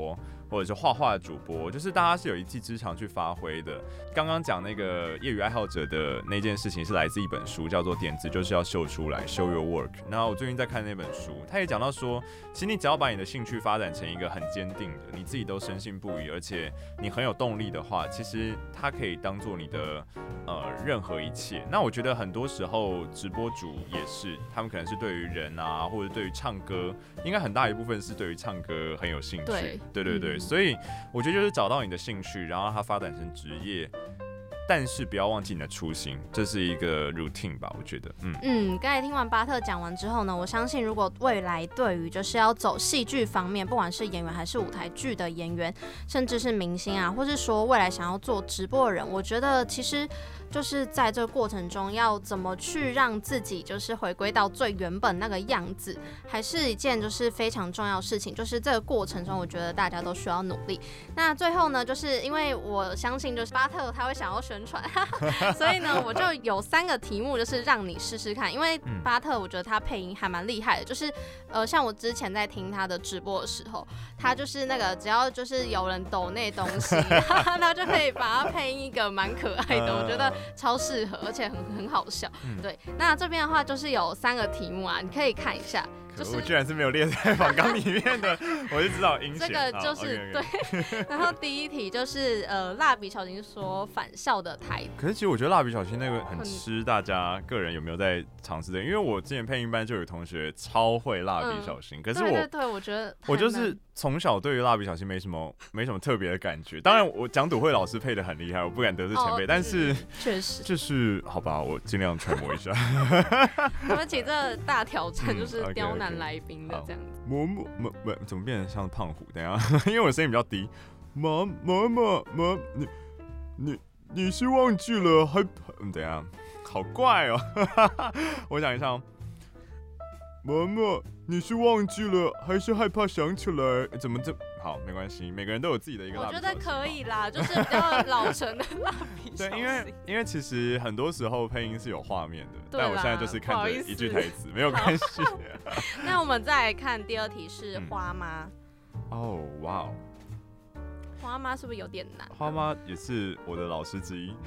S2: 或者是画画的主播，就是大家是有一技之长去发挥的。刚刚讲那个业余爱好者的那件事情是来自一本书，叫做《点子就是要秀出来 Show Your Work》。然后我最近在看那本书，他也讲到说，其实你只要把你的兴趣发展成一个很坚定的，你自己都深信不疑，而且你很有动力的话，其实它可以当做你的呃任何一切。那我觉得很多时候直播主也是，他们可能是对于人啊，或者对于唱歌，应该很大一部分是对于唱歌很有兴趣。
S1: 对
S2: 对对对，
S1: 嗯、
S2: 所以我觉得就是找到你的兴趣，然后让它发展成职业。但是不要忘记你的初心，这是一个 routine 吧，我觉得。嗯
S1: 嗯，刚才听完巴特讲完之后呢，我相信如果未来对于就是要走戏剧方面，不管是演员还是舞台剧的演员，甚至是明星啊，或是说未来想要做直播的人，我觉得其实就是在这个过程中要怎么去让自己就是回归到最原本那个样子，还是一件就是非常重要的事情。就是这个过程中，我觉得大家都需要努力。那最后呢，就是因为我相信就是巴特他会想要宣传，所以呢，我就有三个题目，就是让你试试看。因为巴特我觉得他配音还蛮厉害的，就是呃，像我之前在听他的直播的时候，他就是那个只要就是有人抖那东西，他就可以把它配音一个蛮可爱的，我觉得超适合，而且很很好笑。对，那这边的话就是有三个题目啊，你可以看一下。就是、
S2: 我居然是没有列在访纲里面的，我就知道阴险。
S1: 这个就是
S2: okay, okay.
S1: 对。然后第一题就是呃，蜡笔小新说返校的台。
S2: 可是其实我觉得蜡笔小新那个很吃大家个人有没有在尝试的，因为我之前配音班就有同学超会蜡笔小新，嗯、可是我
S1: 对对对，我觉得
S2: 我就是从小对于蜡笔小新没什么没什么特别的感觉。当然我蒋笃慧老师配的很厉害，我不敢得罪前辈，哦、但是
S1: 确实
S2: 就是好吧，我尽量揣摩一下。
S1: 对不起，这大挑战就是刁难。来宾的这样子，
S2: 妈妈妈妈怎么变成像胖虎？等一下，因为我声音比较低。妈妈妈妈，你你你是忘记了还？嗯，等一下，好怪哦。我想一下，妈妈，你是忘记了还是害怕想起来？怎么这？好，没关系，每个人都有自己的一个蜡笔小新。
S1: 我觉得可以啦，就是比较老成的蜡笔小新。
S2: 对，因为因为其实很多时候配音是有画面的，但我现在就是看着一句台词，没有关系。
S1: 那我们再来看第二题是花妈。
S2: 哦，哇哦。
S1: 花妈是不是有点难？
S2: 花妈也是我的老师之一。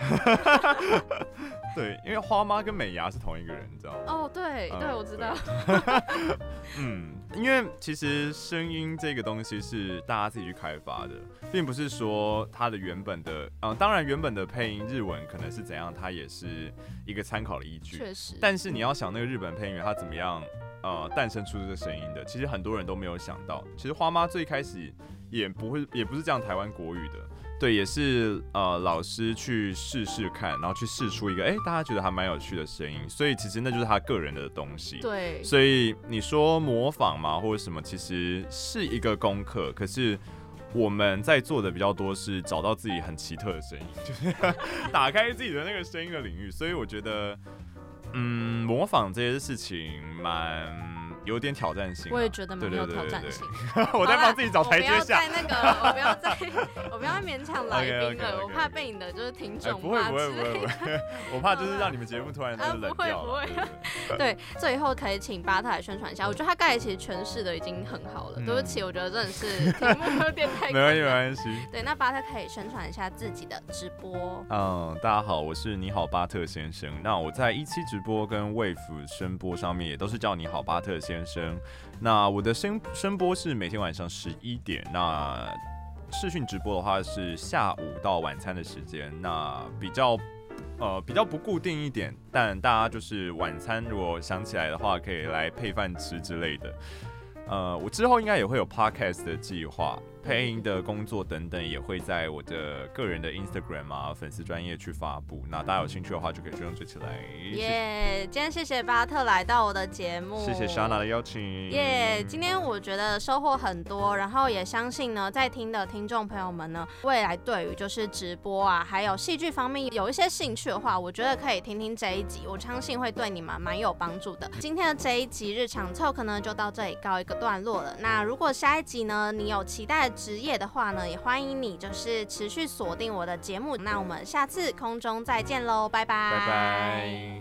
S2: 对，因为花妈跟美伢是同一个人，你知道吗？
S1: 哦，对，嗯、对，我知道。
S2: 嗯，因为其实声音这个东西是大家自己去开发的，并不是说它的原本的，嗯，当然原本的配音日文可能是怎样，它也是一个参考的依据。
S1: 确实。但
S2: 是你要想那个日本配音员他怎么样，呃，诞生出这个声音的，其实很多人都没有想到。其实花妈最开始。也不会，也不是这样台湾国语的，对，也是呃老师去试试看，然后去试出一个哎、欸、大家觉得还蛮有趣的声音，所以其实那就是他个人的东西。
S1: 对，
S2: 所以你说模仿嘛或者什么，其实是一个功课，可是我们在做的比较多是找到自己很奇特的声音，就是打开自己的那个声音的领域。所以我觉得，嗯，模仿这些事情蛮。有点挑战性、啊，
S1: 我也觉得蛮有挑战性。
S2: 我在帮自己找台阶下。
S1: 我不要再那个，我不要再，我不要勉强来宾了， okay, okay, okay, okay. 我怕被你的就是听众骂、欸。
S2: 不会不会不会不会，我怕就是让你们节目突然就是冷掉了。
S1: 啊、不会不会。对，最后可以请巴特来宣传一下。我觉得他刚才其实诠释的已经很好了。嗯、对不起，我觉得真的是题目有点太。
S2: 没关系没关系。
S1: 对，那巴特可以宣传一下自己的直播。
S2: 嗯，大家好，我是你好巴特先生。那我在一期直播跟Wave声波上面也都是叫你好巴特先生。那我的声声波是每天晚上十一点，那视讯直播的话是下午到晚餐的时间，那比较呃比较不固定一点，但大家就是晚餐如果想起来的话，可以来配饭吃之类的。呃，我之后应该也会有 podcast 的计划，配音的工作等等，也会在我的个人的 Instagram 啊粉丝专页去发布。那大家有兴趣的话，就可以追踪追起来。
S1: 耶、yeah, 今天谢谢巴特来到我的节目，
S2: 谢谢 Shana 的邀请。
S1: 耶、yeah, 今天我觉得收获很多，然后也相信呢，在听的听众朋友们呢，未来对于就是直播啊，还有戏剧方面有一些兴趣的话，我觉得可以听听这一集，我相信会对你们蛮有帮助的。今天的这一集日常 Talk 呢，就到这里告一个段落了。那如果下一集呢，你有期待的职业的话呢，也欢迎你就是持续锁定我的节目。那我们下次空中再见喽，拜拜，
S2: 拜拜。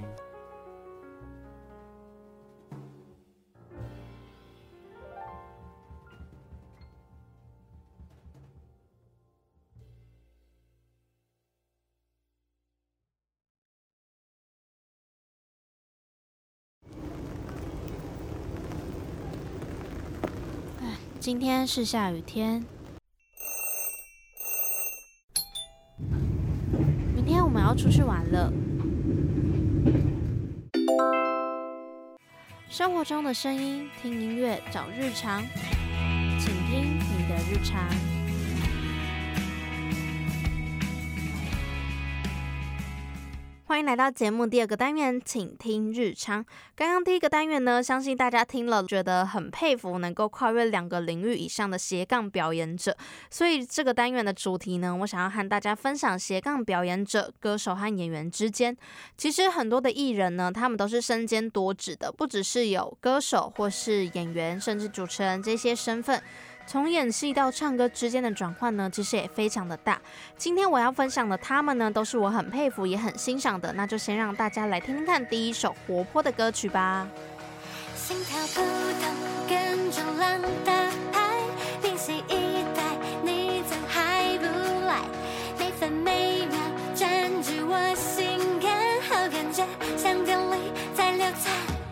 S1: 今天是下雨天，明天我们要出去玩了。生活中的声音，听音乐找日常，请听你的日常。欢迎来到节目第二个单元，请听日常。刚刚第一个单元呢，相信大家听了觉得很佩服能够跨越两个领域以上的斜杠表演者，所以这个单元的主题呢，我想要和大家分享斜杠表演者、歌手和演员之间。其实很多的艺人呢，他们都是身兼多职的，不只是有歌手或是演员，甚至主持人这些身份。从演戏到唱歌之间的转换呢，其实也非常的大。今天我要分享的他们呢，都是我很佩服也很欣赏的。那就先让大家来听听看第一首活泼的歌曲吧。
S3: 心跳扑通，跟着浪的拍，屏息以待，你怎还不来？每分每秒占据我心肝，好感觉像电力在流窜。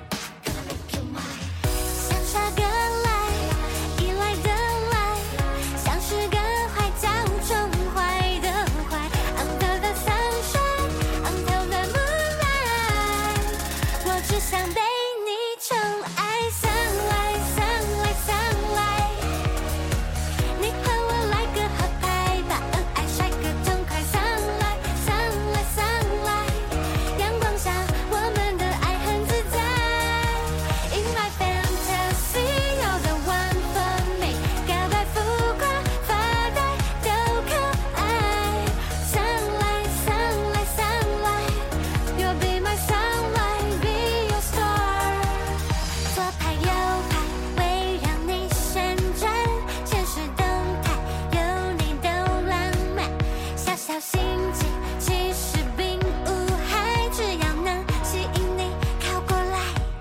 S3: 像沙哥来，依赖的来，像是个坏叫宠坏的坏。Under the sunshine, until the moonlight， 我只想被你宠爱上来上来上来，你和我来个合拍，把恩爱甩个痛快上来上来上来，阳光下我们的爱很自在。In my fantasy， 有的玩分明，告白浮夸发呆都可爱，上来上来上来 ，You'll be my sunlight, be your star。左拍右拍，围绕你旋转，现实动态有你都浪漫，小小心机其实并无害，只要能吸引你靠过来。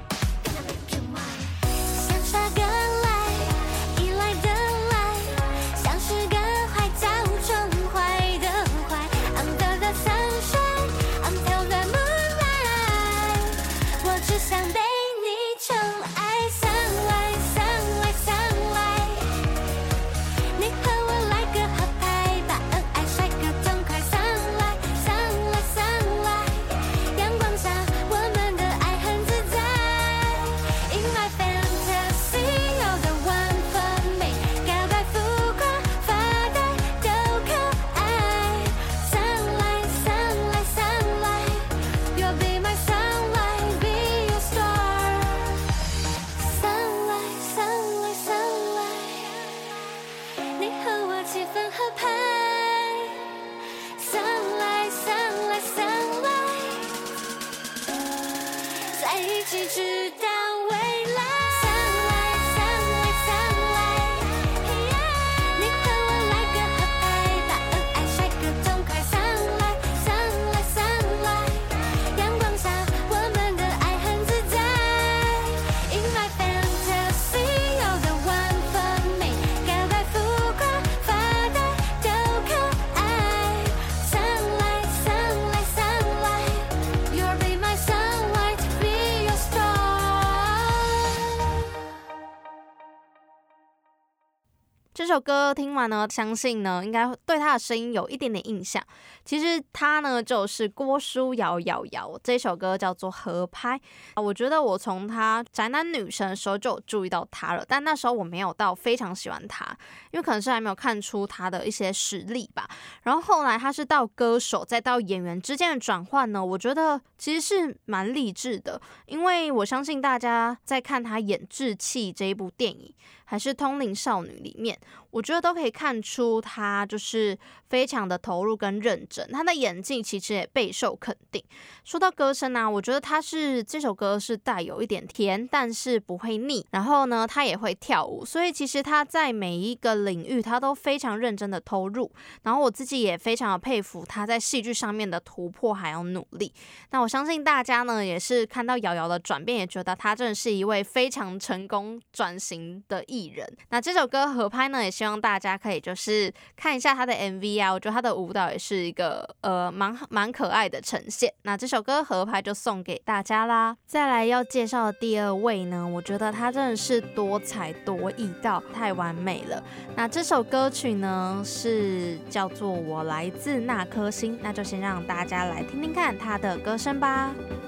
S3: 像沙哥来，依赖的来，像是个坏叫宠坏的坏。Under the sunshine, until the moonlight， 我只想被你宠爱上来上来上来，你和我来个合拍，把恩爱甩个痛快上来上来上来，阳光下我们的爱很自在。In my fantasy， 有的玩分明，告白浮夸发呆都可爱，上来上来上来 ，You'll be my sunlight, be your star。上来上来上来，你和我气氛合拍，上来上来上来，在一起直到未来。上来上来上来，你和我来个合拍，把恩爱甩个痛快上来上来上来，阳光下我们的爱很自在。In my fantasy， 有的玩分明，告白浮夸发呆都可爱，上来上来上来 ，You'll be my sunlight, be your star。
S1: 这首歌听完呢，相信呢应该对他的声音有一点点印象。其实他呢就是郭书瑶瑶瑶，这首歌叫做《合拍》。我觉得我从他宅男女神的时候就有注意到他了，但那时候我没有到非常喜欢他，因为可能是还没有看出他的一些实力吧。然后后来他是到歌手再到演员之间的转换呢，我觉得其实是蛮励志的，因为我相信大家在看他演《志气》这一部电影，还是《通灵少女》里面，我觉得都可以看出他就是非常的投入跟认真，他的演技其实也备受肯定。说到歌声啊，我觉得他是这首歌是带有一点甜，但是不会腻，然后呢他也会跳舞，所以其实他在每一个领域他都非常认真的投入，然后我自己也非常的佩服他在戏剧上面的突破还有努力。那我相信大家呢也是看到瑶瑶的转变，也觉得他真的是一位非常成功转型的艺人。那这首歌合拍呢，也希希望大家可以就是看一下他的 M V 啊，我觉得他的舞蹈也是一个呃蛮蛮可爱的呈现。那这首歌合拍就送给大家啦。再来要介绍的第二位呢，我觉得他真的是多才多艺到太完美了。那这首歌曲呢是叫做《我来自那颗星》，那就先让大家来听听看他的歌声吧。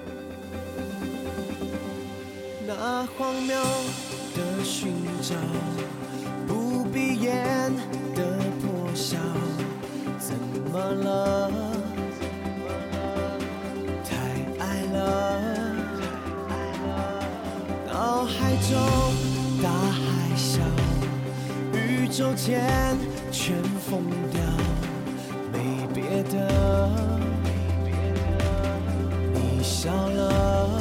S10: 那荒谬的寻找，不闭眼的破晓，怎么了？太爱了，脑海中大海啸，宇宙间全疯掉，没别的，你笑了。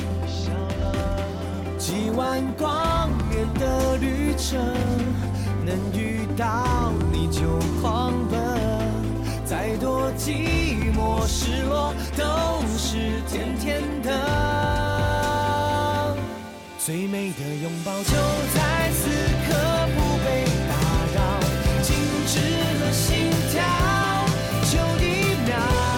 S10: 几万光年的旅程，能遇到你就狂奔，再多寂寞失落都是甜甜的。最美的拥抱就在此刻，不被打扰，静止了心跳，就一秒。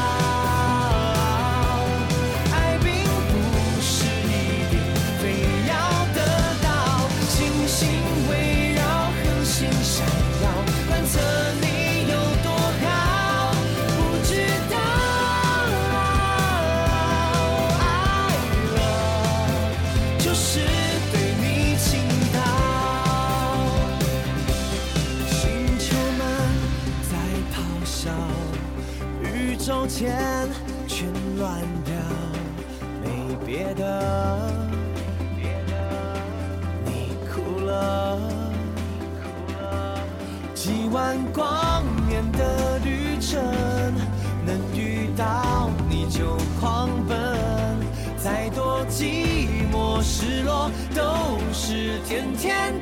S10: 手间全乱掉，没别的，你哭了，几万光年的旅程，能遇到你就狂奔，再多寂寞失落都是甜甜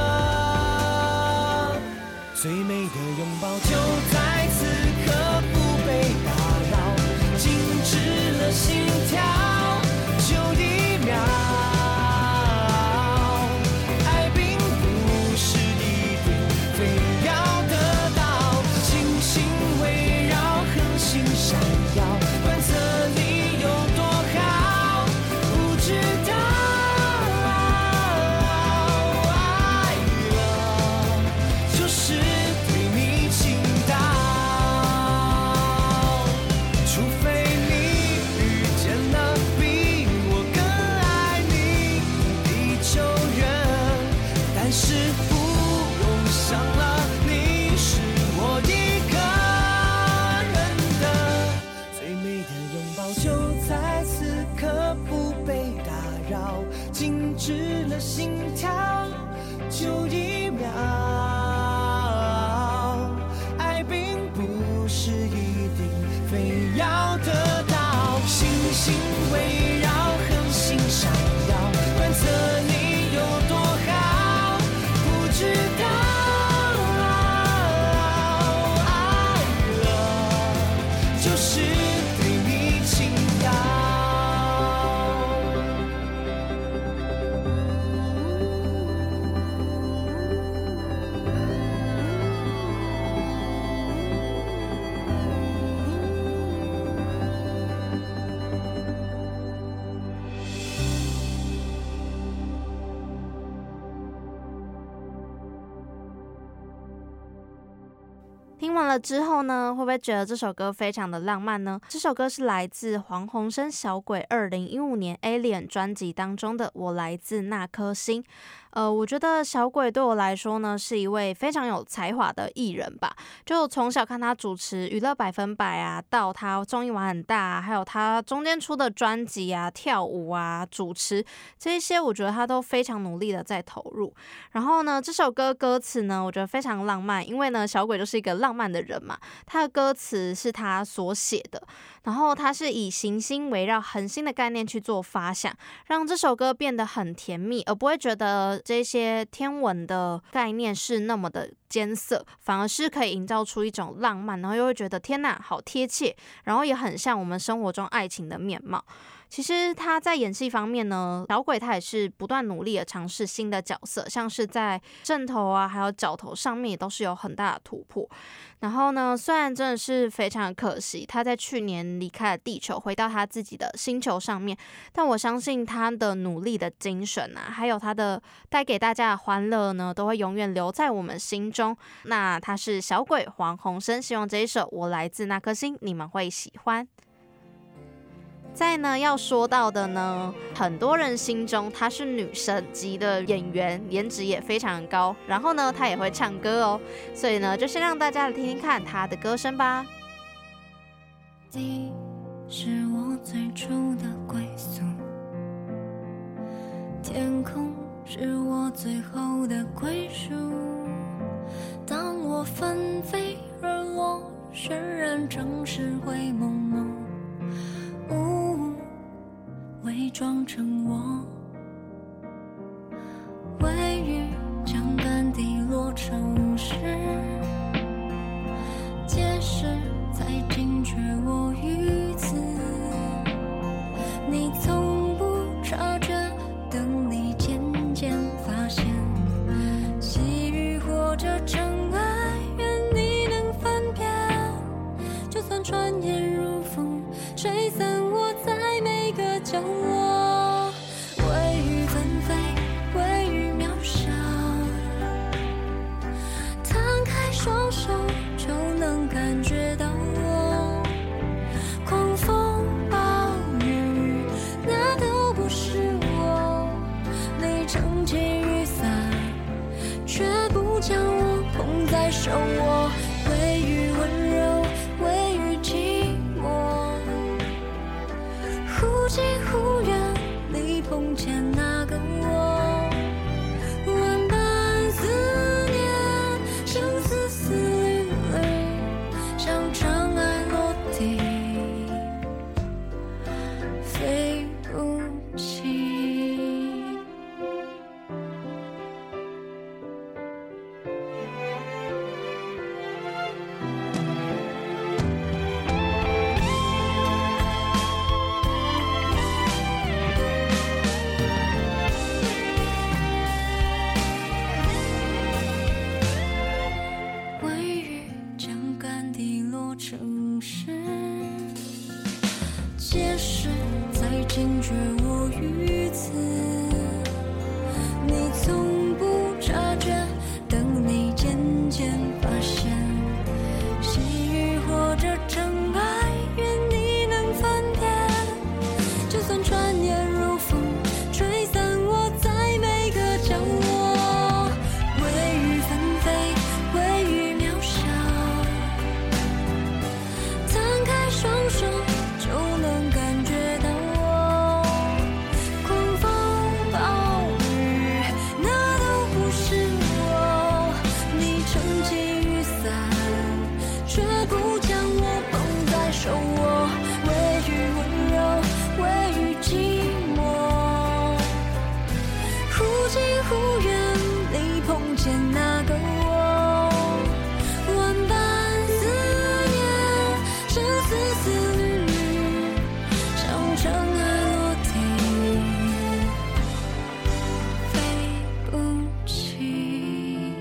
S10: 的。最美的拥抱就在此刻，不被打扰，静止了心跳，就一秒。爱并不是一定非要得到，星星围绕，恒星闪耀，观测你有多好，不知道。爱了，就是对你倾倒。静止了心跳，就一秒。爱并不是一定非要得到，星星围绕，恒星闪耀，观测你有多好，不知道。爱了，就是对你倾倒。
S1: 听完了之后呢，会不会觉得这首歌非常的浪漫呢？这首歌是来自黄鸿升小鬼二零一五年 Alien 专辑当中的《我来自那颗星》。呃，我觉得小鬼对我来说呢，是一位非常有才华的艺人吧。就从小看他主持娱乐百分百啊，到他综艺玩很大啊，还有他中间出的专辑啊、跳舞啊、主持这些，我觉得他都非常努力的在投入。然后呢，这首歌歌词呢，我觉得非常浪漫，因为呢，小鬼就是一个浪漫的人嘛，他的歌词是他所写的，然后他是以行星围绕恒星的概念去做发想，让这首歌变得很甜蜜，而不会觉得这些天文的概念是那么的艰涩，反而是可以营造出一种浪漫，然后又会觉得天哪好贴切，然后也很像我们生活中爱情的面貌。其实他在演戏方面呢，小鬼他也是不断努力的尝试新的角色，像是在正头啊还有角头上面也都是有很大的突破。然后呢，虽然真的是非常可惜他在去年离开了地球，回到他自己的星球上面，但我相信他的努力的精神啊，还有他的带给大家的欢乐呢，都会永远留在我们心中。那他是小鬼黄鸿升，希望这一首《我来自那颗星》你们会喜欢。再呢要说到的呢，很多人心中她是女神级的演员，颜值也非常高，然后呢她也会唱歌哦，所以呢就先让大家来听听看她的歌声吧。
S3: 地是我最初的归宿，天空是我最后的归属，当我纷飞而我渲染城市灰蒙蒙，雾伪装成我，微雨将干滴落城市，解释才惊觉我于此，你从不察觉，等你渐渐发现，细雨或者尘埃，愿你能分辨，就算转眼如风，吹散我在每个角落，微雨纷飞，微雨渺小，摊开双手就能感觉到我，狂风暴雨那都不是我，你撑起雨伞却不将我捧在手握，微雨温柔，微雨寂寞，忽近忽远，你碰见那个我，万般思念，生丝丝缕缕，像尘埃落地，飞不起。微雨将干滴落城市，解释才惊觉我于此，你从不察觉，等你渐渐发现，细雨或者尘埃，愿你能分辨，就算转眼如风，吹散我在每个角落，微雨纷飞，微雨渺小，摊开双手就能感觉到我，狂风暴雨那都不是我，你撑起雨伞却不将我捧在手握，微雨温柔，微雨寂寞，忽近忽远，你碰见那个我，万般思念，生丝丝缕缕，像尘埃落地，飞不起。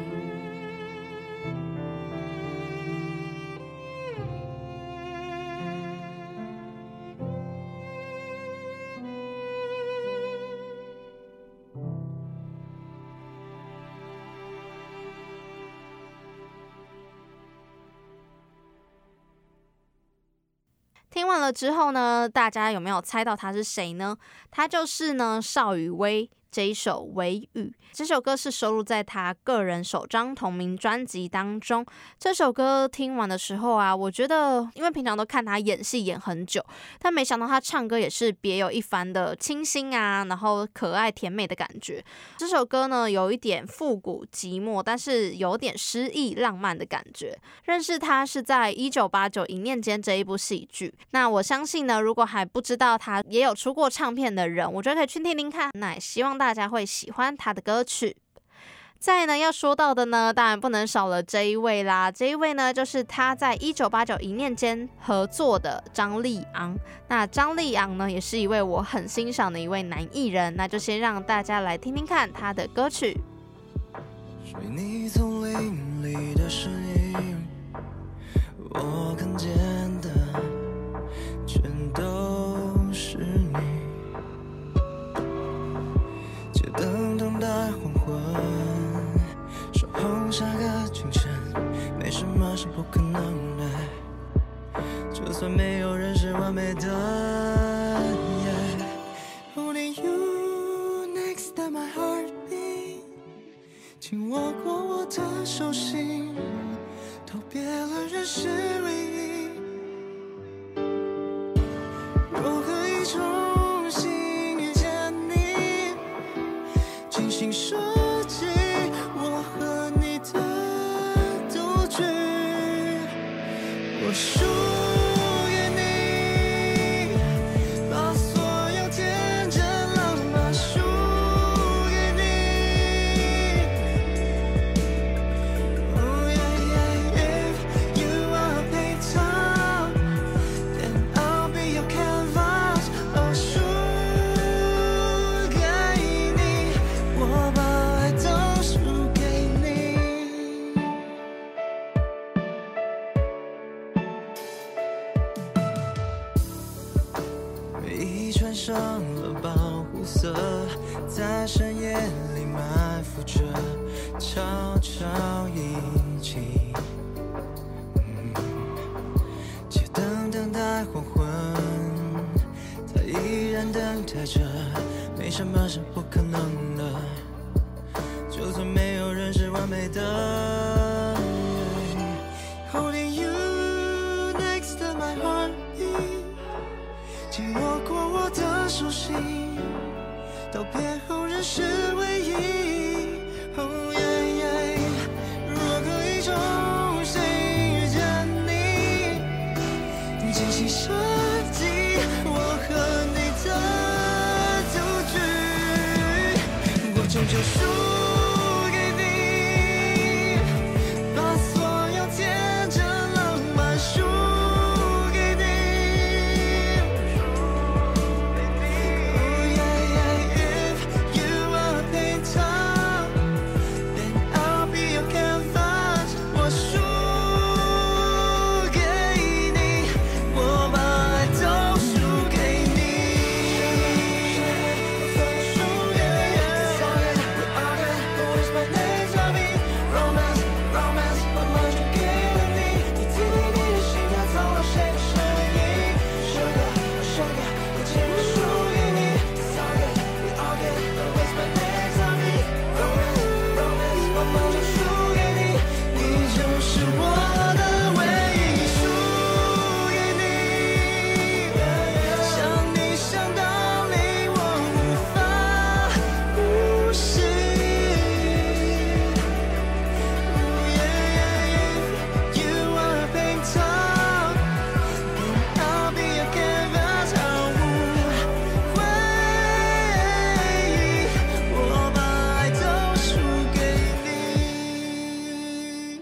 S1: 听完了之后呢，大家有没有猜到他是谁呢？他就是呢邵雨薇这一首《微雨》，这首歌是收录在他个人首张同名专辑当中。这首歌听完的时候啊，我觉得因为平常都看他演戏演很久，但没想到他唱歌也是别有一番的清新啊，然后可爱甜美的感觉。这首歌呢有一点复古寂寞，但是有点诗意浪漫的感觉。认识他是在一九八九一念间这一部戏剧，那我相信呢，如果还不知道他也有出过唱片的人，我觉得可以去听听看，那也希望大家会喜欢他的歌曲。 再来呢，要说到的呢，当然不能少了这一位啦。这一位呢，就是他在一九八九一念间合作的张立昂。那张立昂呢，也是一位我很欣赏的一位男艺人。那就先让大家来听听看他的歌曲。
S10: 水泥丛林里的身影，我看见的全都是你。街灯等待黄昏，守候下个清晨，没什么是不可能的，就算没有人是完美的。Yeah. Holding you next to my heartbeat， 紧握过我的手心，都别了人是唯一。若可以重新遇见你，精心设计我和你的赌局，我输给你，把所有天真浪漫输给你。Oh yeah yeah, if you are a painter, then I'll be your canvas。我输给你，我把爱都输给你。已穿上了保护色，在深夜里埋伏着，悄悄一起。嗯，街灯等待黄昏，它依然等待着，没什么是不可能的，就算没有人是完美的。Holding you next to my heartbeat， 紧握过我的手心，道别后仍是唯一。Oh yeah yeah， 若可以重新遇见你，精心设计我和你的赌局，我终究输给你，把所有天真浪漫输给你。Oh yeah yeah, if you are a painter, then I'll be your canvas。我输给你，我把爱都输给你。输给你 It's all good, we all good, don't waste my days on me。 Romance, romance， 我们就给了你，你听听你的心跳走了谁的声音。Sugar, sugar， 我竟然输给你 It's all good, we all good, don't waste my days on me。 Romance, romance， 我们就输给你，你就是我的唯一。输给你，想你想到令我无法呼吸。Oh yeah yeah, if you are a painter, then I'll be your canvas。毫无回忆，我把爱都输给你。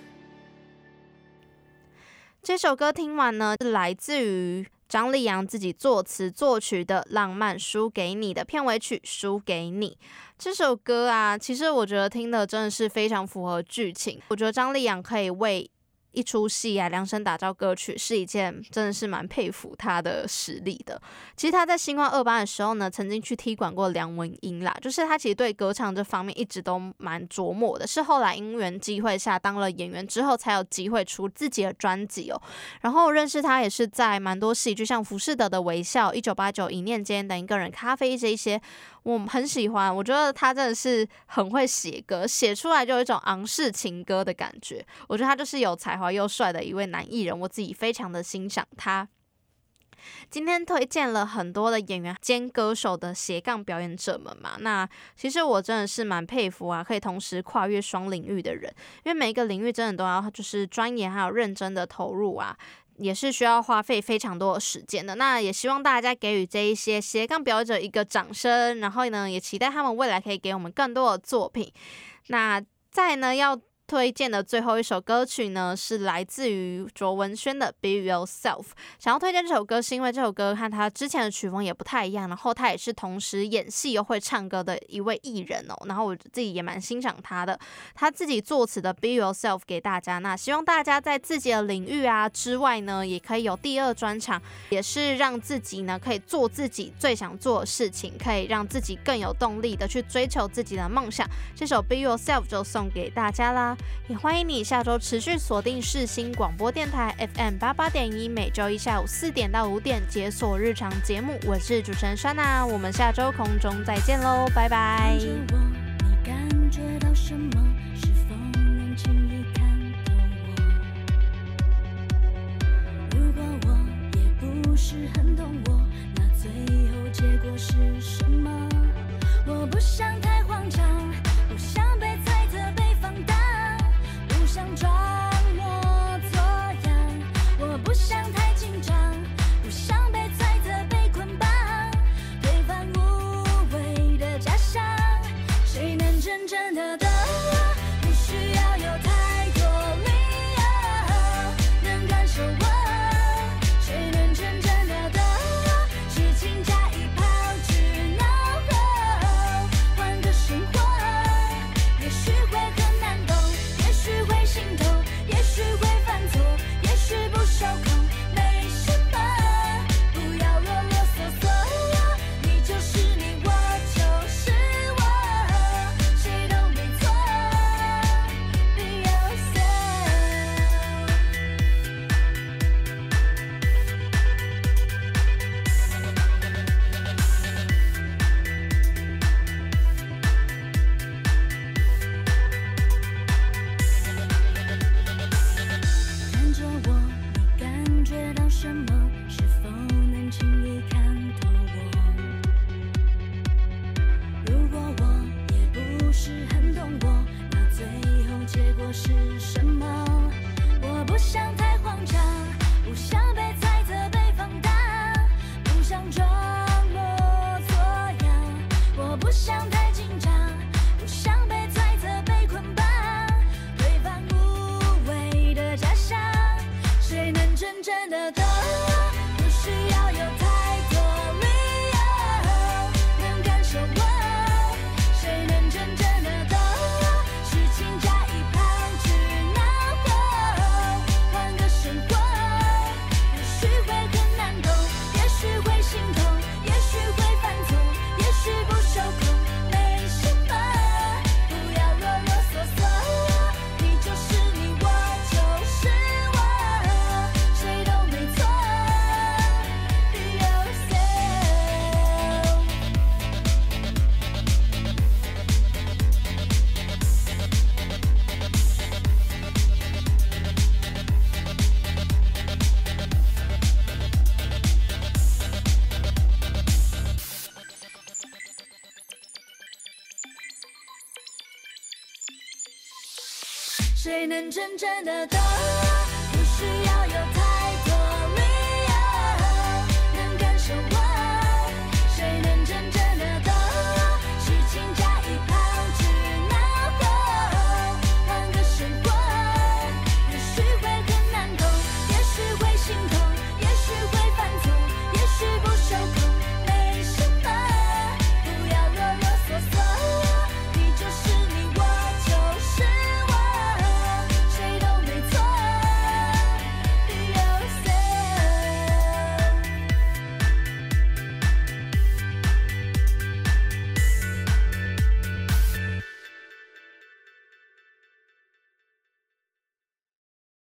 S1: 这首歌听完呢，是来自于张立昂自己作词作曲的《浪漫输给你》的片尾曲《输给你》。这首歌啊，其实我觉得听的真的是非常符合剧情。我觉得张立昂可以为一出戏啊量身打造歌曲，是一件真的是蛮佩服他的实力的。其实他在星光二班的时候呢，曾经去踢馆过梁文音啦，就是他其实对歌唱这方面一直都蛮琢磨的，是后来因缘机会下当了演员之后，才有机会出自己的专辑哦。然后认识他也是在蛮多戏剧，像浮士德的微笑、一九八九一念间等一个人咖啡这一些，我很喜欢。我觉得他真的是很会写歌，写出来就有一种昂式情歌的感觉。我觉得他就是有才华又帅的一位男艺人，我自己非常的欣赏他。今天推荐了很多的演员兼歌手的斜杠表演者们嘛，那其实我真的是蛮佩服啊，可以同时跨越双领域的人，因为每一个领域真的都要就是专业还有认真的投入啊。 也是需要花费非常多的时间的。那也希望大家给予这一些斜杠表演者一个掌声，然后呢，也期待他们未来可以给我们更多的作品。那再呢，要推荐的最后一首歌曲呢，是来自于卓文萱的 Be Yourself。 想要推荐这首歌是因为这首歌和他之前的曲风也不太一样，然后他也是同时演戏又会唱歌的一位艺人哦，然后我自己也蛮欣赏他的，他自己作词的 Be Yourself 给大家。那希望大家在自己的领域啊之外呢，也可以有第二专场，也是让自己呢可以做自己最想做的事情，可以让自己更有动力的去追求自己的梦想。这首 Be Yourself 就送给大家啦，也欢迎你下周持续锁定世新广播电台 F M 八八点一，每周一下午四点到五点解锁日常节目，我是主持人珊娜，我们下周空中再见喽，拜拜。
S3: 你感觉到什么？是否能轻易看透我？如果我也不是很懂我，那最后结果是什么？我不想太慌张，不想被猜测被放大，不想装模作样，我不想太紧张，不想被猜测被捆绑，推翻无谓的假象，谁能真正的懂我？不需要有太多理由能感受我，谁能真正的懂我？事情加以抛之脑后，换个生活，也许会很难懂，也许会心痛，也许会犯错，也许不受控，没什么，不要啰啰嗦嗦，你就是你，我就是我，谁都没错。Be yourself。看着我，你感觉到什么？是否能轻易看透我？如果我也不是很懂我，那最后结果是什么？我不想太慌张，不想被猜测被放大，不想装模作样，我不想太紧张，不想被猜测被捆绑，推翻无谓的假象，谁能真正的懂我？不需要有太多理由能感受我，谁能真正的懂我？事情加以抛之脑后，换个生活，也许会很难懂，也许会心痛，也许会犯错，也许不受控，没什么，不要啰啰嗦嗦，你就是你，我就是我，谁都没错。Be yourself。谁能真正的懂我？